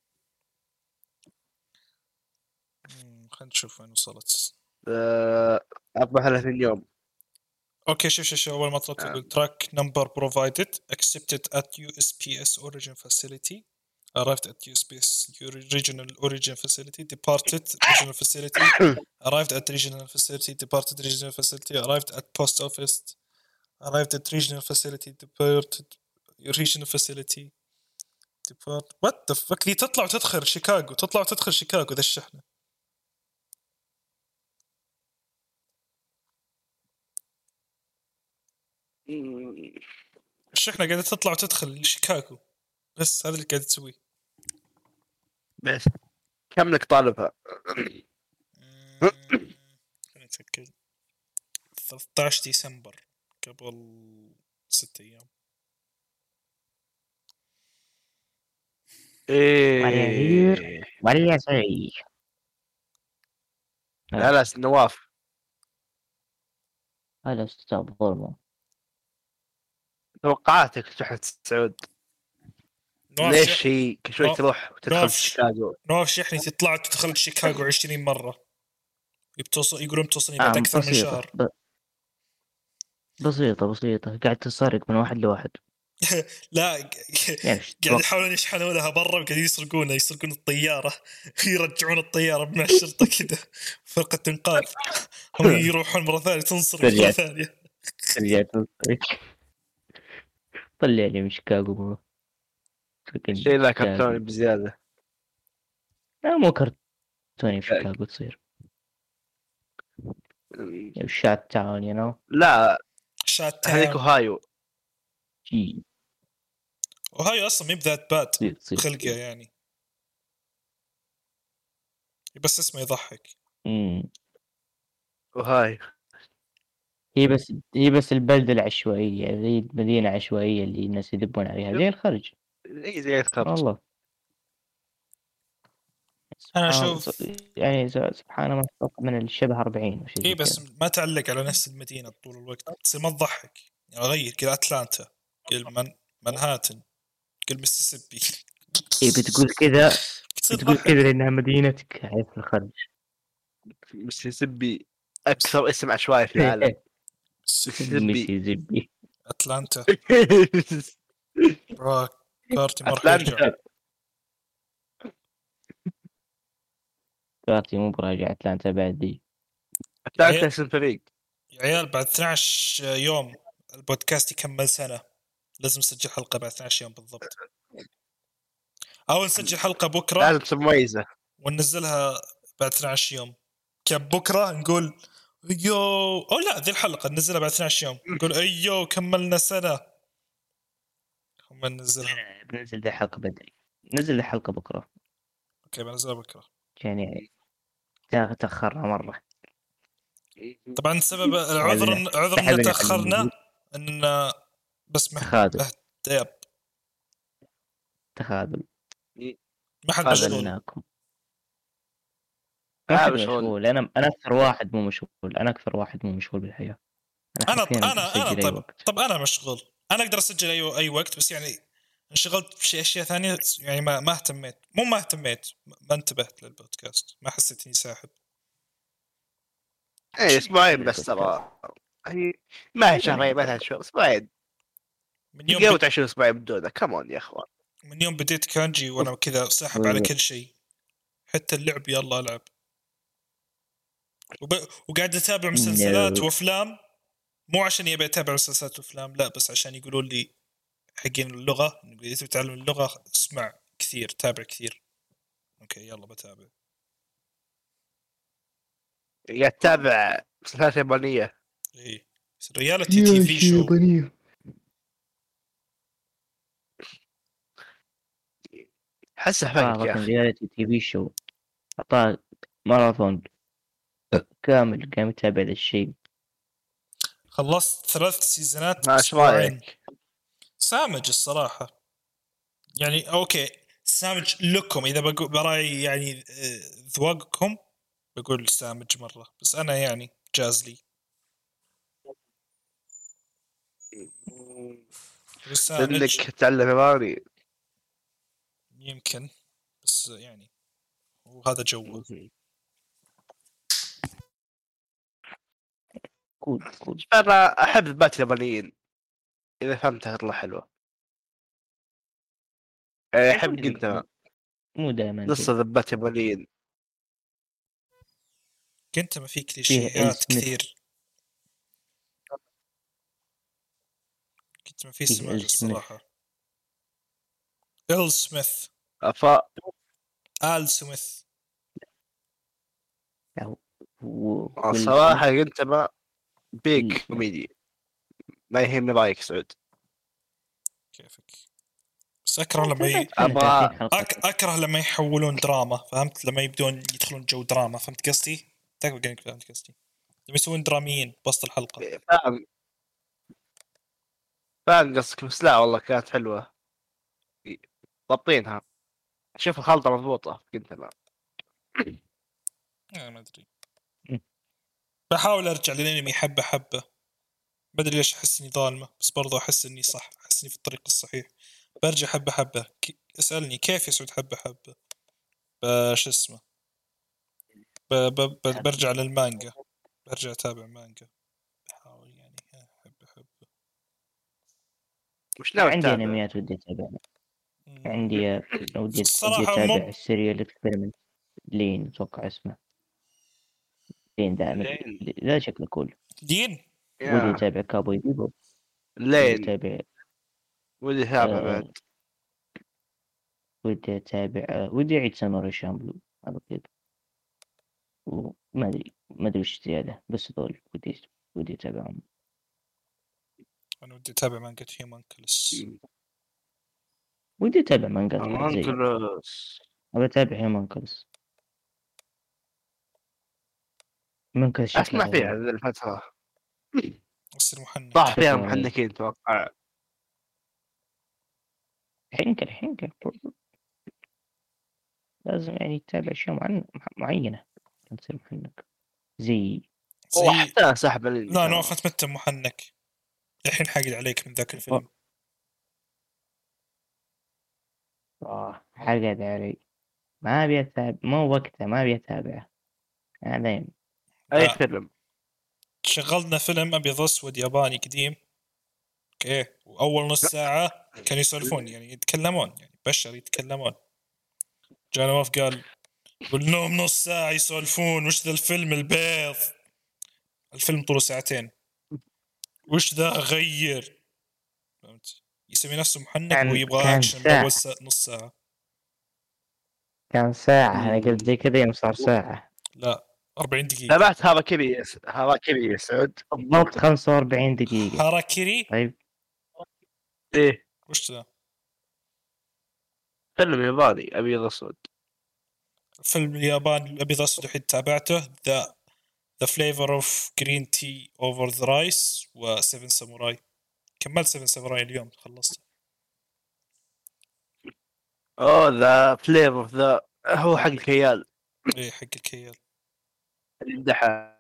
مم، خلينا نشوف وين وصلت. آه، أربعة وثلاثين يوم. اوكي شوف شوف شوف اول ما طلعت يقول track number provided accepted at U S P S origin facility arrived at U S P S regional origin facility departed regional facility arrived at regional facility departed regional facility arrived at post office arrived at regional facility departed regional facility depart what the fuck. دي تطلع وتدخل شيكاغو، تطلع وتدخل شيكاغو ذا الشحنة. الشحنة قاعدة تطلع وتدخل شيكاغو، بس هذا اللي قاعد تسويه. بس كم لك طالبها؟ خليني أتأكد. ثلاثة عشر ديسمبر، قبل ستة أيام. ايه ولا شيء. لا لا نواف. هذا استاذ ظلمه. توقعاتك تروح سعود. ليش هي كل شوي تروح وتدخل شيكاغو؟ نواف شحني تطلع وتدخل شيكاغو عشرين مرة. بتوصل يقولون بتوصلني آه بعد أكثر بسيطة. من شهر. ب... بسيطة بسيطة قاعد تسرق من واحد لواحد. لا يعني قاعد يحاولون يشحنوا لها برا وقاعد يسرقونها، يسرقون الطيارة يرجعون الطيارة مع الشرطة كذا، فرقة إنقاذ. هم يروحون مرة ثانية تنصرف مرة ثانية. رجعت طلع لي من شيكاغو. شيء ذا كرتوني بزيادة. لا مو كرتوني في شيكاغو تصير. شات تاون يو نو. لا شات تاون. هذيك اوهايو. جي اوهايو اصلا مي بذات باد خلقه يعني، بس اسمه يضحك. امم اوهايو هي بس هي بس البلدة العشوائية، زي المدينة العشوائية اللي الناس يدبون عليها، زي الخرج. زي زي الخرج والله. انا اشوف يعني سبحان الله من الشبه أربعين وشيء. اي بس ما تعلق على نفس المدينة طول الوقت، تصير ما تضحك يعني. غير كذا اتلانتا، قل من منهاتن، قل ميسيسيبي. اي بتقول كذا بتقول كذا لانها مدينتك عارف في الخرج. ميسيسيبي اكثر اسم عشوائي في العالم. ميسيسيبي اتلانتا. براك كارتي ما راح يرجع. كارتي مو براجع اتلانتا بعد دي. اتلانتا اسم فريق يا عيال. بعد اثنا عشر يوم البودكاست يكمل سنة، لازم نسجل حلقة بعد اثنا عشر يوم بالضبط، أو نسجل حلقة بكرة لازم مميزة وننزلها بعد اثنا عشر يوم. كم بكرة نقول يو، أو لا ذي الحلقة ننزلها بعد اثنا عشر يوم نقول أيو كملنا سنة. هم ننزلها. بننزل ذي الحلقة بدري، ننزل الحلقة بكرة. أوكي بنزلها بكرة يعني تأخرنا مرة. طبعا سبب العذر عذر ان تأخرنا ان بس تخاذل اهتاب تخاذل ما حد مشغول. ما حد مشغول. انا انا اكثر واحد مو مشغول. انا اكثر واحد مو مشغول بالحياة. انا انا انا, أنا طب طب انا مشغول. انا اقدر اسجل اي اي وقت، بس يعني انشغلت بشيء اشياء ثانيه يعني ما ما اهتميت. مو ما اهتميت ما انتبهت للبودكاست، ما حسيت اني ساحب. ايه اسبوعين بس ترى، هي ما هي شهرين ما هي شهر، اسبوعين. من يوم قوت عشرين اسبوعين بدونه. كمان يا اخوان من يوم بديت كانجي وانا كذا ساحب على كل شيء، حتى اللعب يلا العب. وب... وقاعد اتابع مسلسلات وافلام، مو عشان يبي اتابع مسلسلات وافلام، لا بس عشان يقولوا لي حقين اللغه اذا تتعلم اللغه اسمع كثير تابع كثير. اوكي يلا بتابع. قاعد تتابع مسلسلات يابانية. ايه رياليتي تي في شو. حسه اه حقك يا لكن اخي. رياليتي تي في شو أعطاه ماراثون كامل قام يتابع ذا الشيء. خلصت ثلاث سيزونات ما ايش باسبوعين. رايك؟ سامج الصراحة. يعني اوكي سامج لكم اذا بقول براي يعني آه، ذوقكم بقول سامج مرة، بس انا يعني جازلي بس لانك سامج تتعلم ياباني. يمكن، بس يعني وهذا جوه. كول كول. انا احب البات اليابانيين، اذا فهمتها تطلع حلوه. يعني احب جنتما، مو دائما نص زي ذبات يابانيين. كنت ما في فيه إل كليشيهات سميث. كثير، كنت ما في فيه سماج إل سميث. الصراحة. إل سميث. افا آل سميث. أو و- ويل سميث. الصراحه جنتما ويل بيك سميث. كوميدي. ما يهمني رايك سعود. كيفك؟ بس أكره لما ي... كنا ثلاثين ابغى حلقة. أك... أكره لما يحولون دراما، فهمت؟ لما يبدون يدخلون جو دراما، فهمت قصدي؟ تعرف قصدي؟ فهمت قصدي؟ لما يسوون دراميين بوسط الحلقة. فاهم فاهم قصدك، بس لا والله كانت حلوه، ضابطينها. شوف الخلطه مضبوطه في جنتما. أنا ما أدري، بحاول أرجع للأنمي حبة حبة. بدري ليش أحس إني ظالمة، بس برضو أحس إني صح، أحس إني في الطريق الصحيح. برجع حبة حبة. ك... اسألني كيف يسعد حبة حبة. بش اسمه ب... ب... ب... برجع للمانجا، برجع أتابع مانجا. بحاول يعني حبة حبة. وش ناوي عندي تتابع؟ أنميات ودي أتابعها. مم. عندي ودي ودي الصراحة أتابع مو السيريال اكسبيرمنت. لين أتوقع اسمه لين ده أمريكي. لين لا شكله كول. دين. ودي يا أتابع كابوي بيبو. ودي لين أتابع ودي اتابع آه بعد. ودي أتابع آه ودي أعيد ساموراي شامبلو هذا كذا. وما أدري ما أدري وش زيادة، بس هذول ودي ودي أتابعهم. أنا ودي أتابع مانجا هيومانكلس. ودي أتابع مانجات بعد زي انكلوس. أبى أتابع هيومانكلس. هيومانكلس شكله اسمع فيها غريب. هذه الفتره، أصير محنك. صح فيها شكله غريب. محنكين اتوقع. حنكر حنكر لازم يعني تتابع أشياء معن- معينة عشان تصير محنك. زي هو زي حتى سحب الانمي لا أنا ترى. أخذت متى محنك. الحين حاقد عليك من ذاك الفيلم. آه حقد علي. ما أبي أتابع، مو وقته ما أبي أتابعه. أنا دايم اي لا فيلم؟ شغلنا فيلم أبيض أسود ياباني قديم. أوكي وأول نص ساعة كانوا يسولفون يعني يتكلمون يعني بشر يتكلمون. جاء نواف قال قول لهم نص ساعة يسولفون وش ذا الفيلم البيض. الفيلم طوله ساعتين. وش ذا غير، فهمت؟ يسمي نفسه محنك كان ويبغى كان أكشن من أول ساعة. سا... نص ساعة. كان ساعة أنا قلت زي كذا يوم صار ساعة. لا أربعين دقيقة. تابعت هذا كبي هذا كبي يا سعود. بالضبط خمسة وأربعين دقيقة. هاراكيري. طيب ايه وش ذا؟ فيلم ياباني ابيض اسود. فيلم اليابان الأبيض أسود الحين تابعته. ذا ذا فليفر اوف جرين تي اوفر ذا رايس وسيفن ساموراي. كملت سيفن ساموراي اليوم خلصته. اوه ذا فليفر ذا هو حق الخيال. ايه حق الكيال. دحى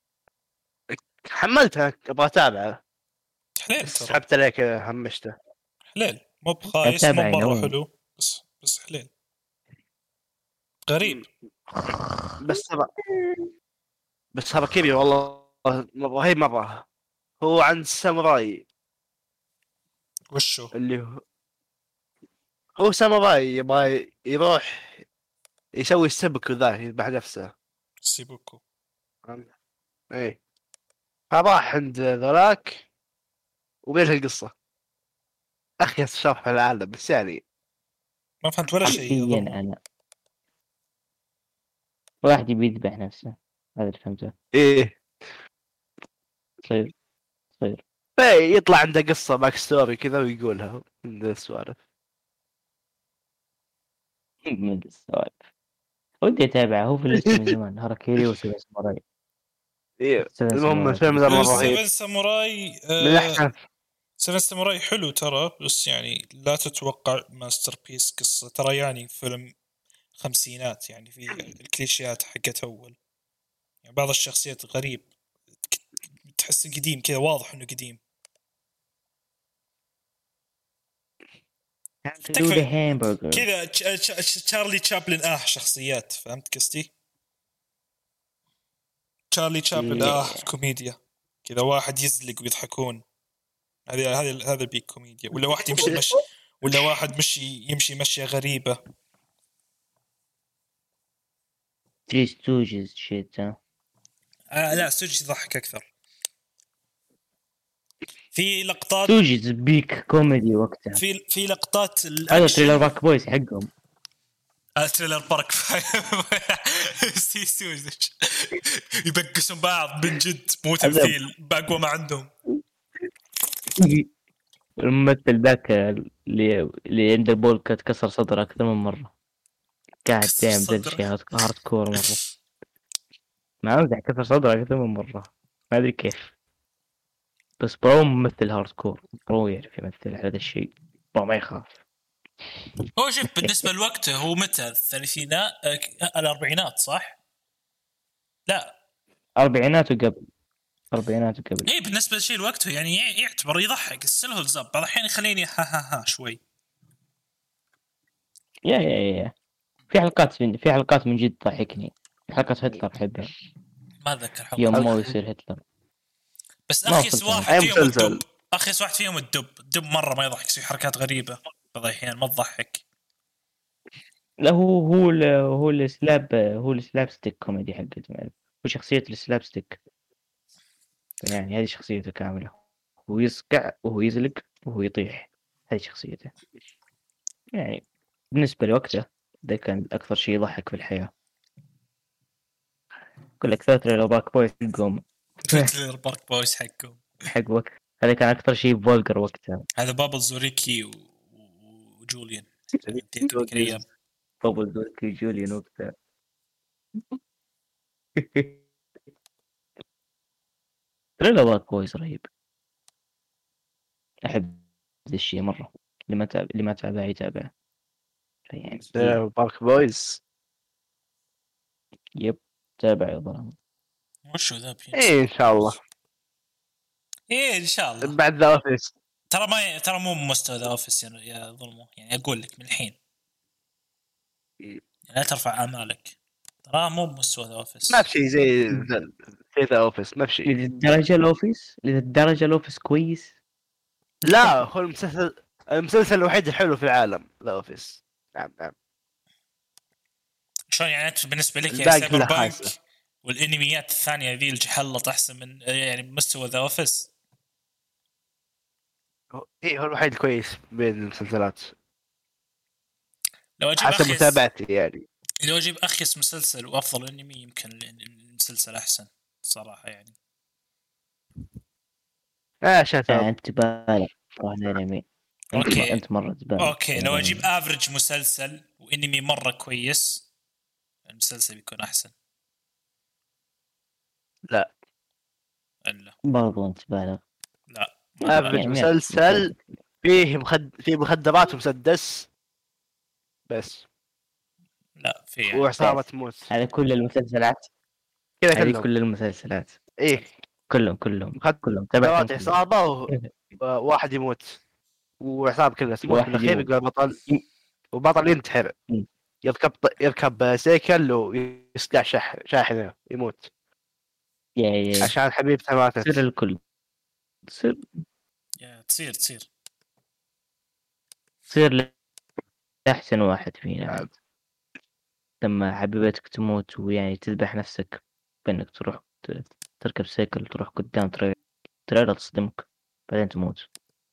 حملتها ابغى اتابعه، حليل بس ترى. سحبت عليه كذا همشته. حليل مو بخايس مو أتابع مرة نوم. حلو، بس بس حليل غريب. بس هذا بس هذا كبي والله رهيب مرة. هو عن ساموراي وشو؟ اللي هو هو ساموراي يبغى يروح يسوي السبك وذا يذبح نفسه. سيبوكو. ايه فراح عند ذولاك وبينها القصة. أخيس شرح في العالم بس يعني ما فهمت ولا شيء حرفيا أظن. أنا واحد يبي يذبح نفسه. هذا اللي فهمته. ايه صير صير يطلع عنده قصه باك ستوري كذا ويقولها من السوالف. من السوالف. ودي اتابعه، هو في الليسته من زمان. هاراكيري وسبع ساموراي. ايه سبع المهم ساموراي. الفيلم ذا مره رهيب سيفن ساموراي من احسن. سيفن ساموراي حلو ترى، بس يعني لا تتوقع ماستر بيس قصة ترى، يعني فيلم خمسينات، يعني في الكليشيات حقت أول، يعني بعض الشخصيات غريب، تحس قديم كذا، واضح إنه قديم. Do the hamburger. كذا تش- تش- تشارلي تشابلن آه شخصيات، فهمت قصدي؟ تشارلي تشابلن آه Yeah. كوميديا كذا، واحد يزلق ويضحكون، هذا هذا هذا بيك كوميديا. ولا واحد يمشي مشي ولا واحد مشي يمشي مشية غريبة. Three Stooges shit ها. آه لا سوجي يضحك أكثر. في لقطات Stooges بيك كوميدي وقتها. في في لقطات هذا الأكشن. تريلر باك بويز حقهم. آه تريلر بارك سي سوج يبقسون بعض من جد، مو تمثيل، بأقوى ما عندهم. الممثل ذاك اللي اللي عند البول كت كسر صدره أكثر من مرة. قاعد كسر دايم ذا صدره. الشيء هارد كور مرة. ما أمزح، كسر صدره أكثر من مرة، ما أدري كيف. بس برو ممثل هارد كور، برو يعرف يمثل على هذا الشيء، برو ما يخاف. هو شوف بالنسبة لوقته هو متى الثلاثينات آه، الأربعينات صح؟ لا أربعينات وقبل، أربعينات وقبل. إيه بالنسبة لشيء لوقته يعني يعتبر يضحك، السلهو الزب بعض الحين يخليني ها ها ها شوي. يا يا يا في حلقات من في حلقات من جد تضحكني. حلقة هتلر أحبها، ما أتذكر حلقة. يوم مو يصير هتلر. بس ما أخيس وصلت واحد أي فيهم مسلسل. الدب، أخيس واحد فيهم الدب، الدب مرة ما يضحك، يسوي حركات غريبة بعض الحين ما تضحك. لا هو هو ال هو السلاب هو السلاب ستيك كوميدي حقته، يعني هو شخصية السلاب ستيك، يعني هذه شخصيته كاملة. هو يصقع وهو يزلق وهو يطيح، هذه شخصيته. يعني بالنسبة لوقته ده كان أكثر شيء يضحك في الحياة. كل أكثر لو باك بويز حقهم تريلر بارك بويز حقهم حق وقت هذا كان أكثر شيء فولجر وقتها. هذا بابل زوريكي و... وجوليان ذيك الأيام. بابل زوركي جوليان وقتها. تريلر باك بويز رهيب، أحب ذا الشيء مرة. اللي ما تابع اللي ما تابع يتابع يعني. بارك بويز يب تابع يا ظلام. وشو ذا بينس؟ ايه ان شاء الله ايه ان شاء الله. بعد ذا اوفيس. ترى ما ترى مو بمستوى ذا اوفيس يا يا ظلمه، يعني اقول لك من الحين يعني لا ترفع امالك، ترى مو بمستوى ذا اوفيس. ما في شيء زي زي ذا اوفيس، ما في شيء. للدرجة الأوفيس للدرجة الأوفيس كويس. لا هو المسلسل المسلسل الوحيد الحلو في العالم ذا اوفيس. نعم نعم. شلون يعني انت بالنسبه لك يا الباقي سايبر كله بانك خايسة. والانميات الثانيه ذي اللي حلط احسن من يعني بمستوى ذا اوفيس؟ ايه هو الوحيد الكويس بين المسلسلات لو اجيب حسب اخيس متابعتي يعني. لو اجيب اخيس مسلسل وافضل انمي يمكن المسلسل احسن صراحه يعني. اه شاطر. انت بالغ صراحة الانمي. انت أوكي. انت مرة تبالغ. اوكي لو اجيب افريج مسلسل وانمي مره كويس المسلسل بيكون احسن. لا الا برضو انت بالغ. لا افريج يعني مسلسل فيه مخد... فيه مخدرات ومسدس بس لا في يعني. وعصابة تموت هذا كل المسلسلات، كذا هذه كلهم. كل المسلسلات ايه كلهم كلهم مخدرات كلهم تبعتهم كلهم. عصابة و... وواحد يموت وعصابة كلها تموت واحد بالاخير يموت. يقول بطل وبطل ينتحر مم. يركب يركب سيكل ويصقع شح... شاحنة يموت يا يا عشان حبيبته ماتت. تصير الكل تصير يا تصير تصير تصير لأحسن واحد فينا نعم. عاد. لما حبيبتك تموت ويعني تذبح نفسك بأنك تروح ت- تركب سيكل تروح قدام تري- تريلا تصدمك بعدين تموت.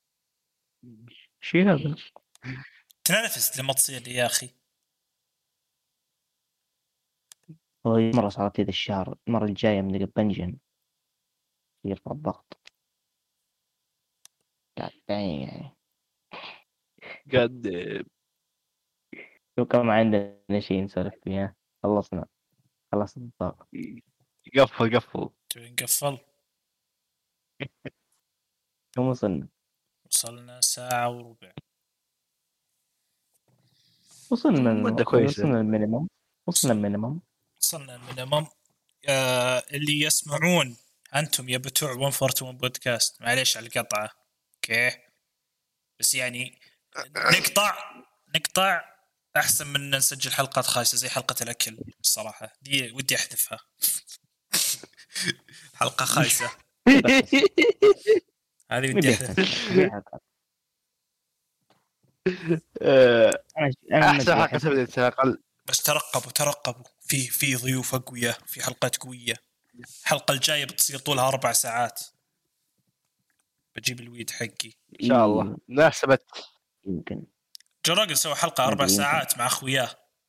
شي هذا. تنافس لما تصير يا اخي. هو مرة صارت هذا الشهر، المرة الجاية من بنجن يرفع الضغط. يعني يعني قد لو كان ما عندنا شيء نسولف فيه. خلصنا خلصنا الطاقة. قفل قفل. تبي نقفل؟ كم وصلنا؟ وصلنا ساعة وربع. وصلنا مدة كويسة. وصلنا المينيمم. وصلنا المينيمم. وصلنا المينيمم. آه اللي يسمعون أنتم يا بتوع واحد أربعة واحد بودكاست، معليش على القطعة، أوكي، بس يعني نقطع نقطع أحسن من نسجل حلقات خايسة زي حلقة الأكل. الصراحة دي ودي أحذفها. حلقة خايسة هذه ودي نبي أحذفها. آه، أنا أنا ما احسن أدري حلقة أحس- تبدأ اقل. بس ترقبوا ترقبوا في في ضيوف أقوياء، في حلقات قوية. الحلقة الجاية بتصير طولها أربع ساعات. بجيب الويد حقي. ان شاء الله إيه، مناسبة. يمكن. جو روجن سوى حلقة ما أربع أدري، يمكن. ساعات مع أخوياه.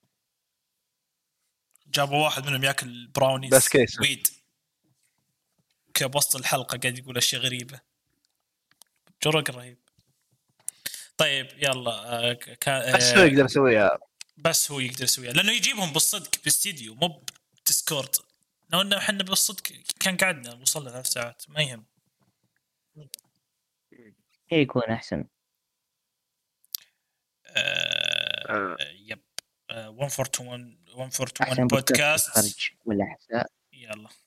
جابوا واحد منهم ياكل براونيز بس كيس. ويد كيف بوسط الحلقة قاعد يقول أشياء غريبة. جو روجن رهيب. طيب يلا آه كا بس هو آه يقدر يسويها. بس هو يقدر يسويها لأنه يجيبهم بالصدق باستديو مو بديسكورد. لو إنه إحنا بالصدق كان قعدنا وصلنا ثلاث ساعات ما يهم. إيه يكون أحسن. آه آه. يب. آه واحد أربعة واحد واحد واحد أحسن بودكاست. خارج ولا أحساء. يلا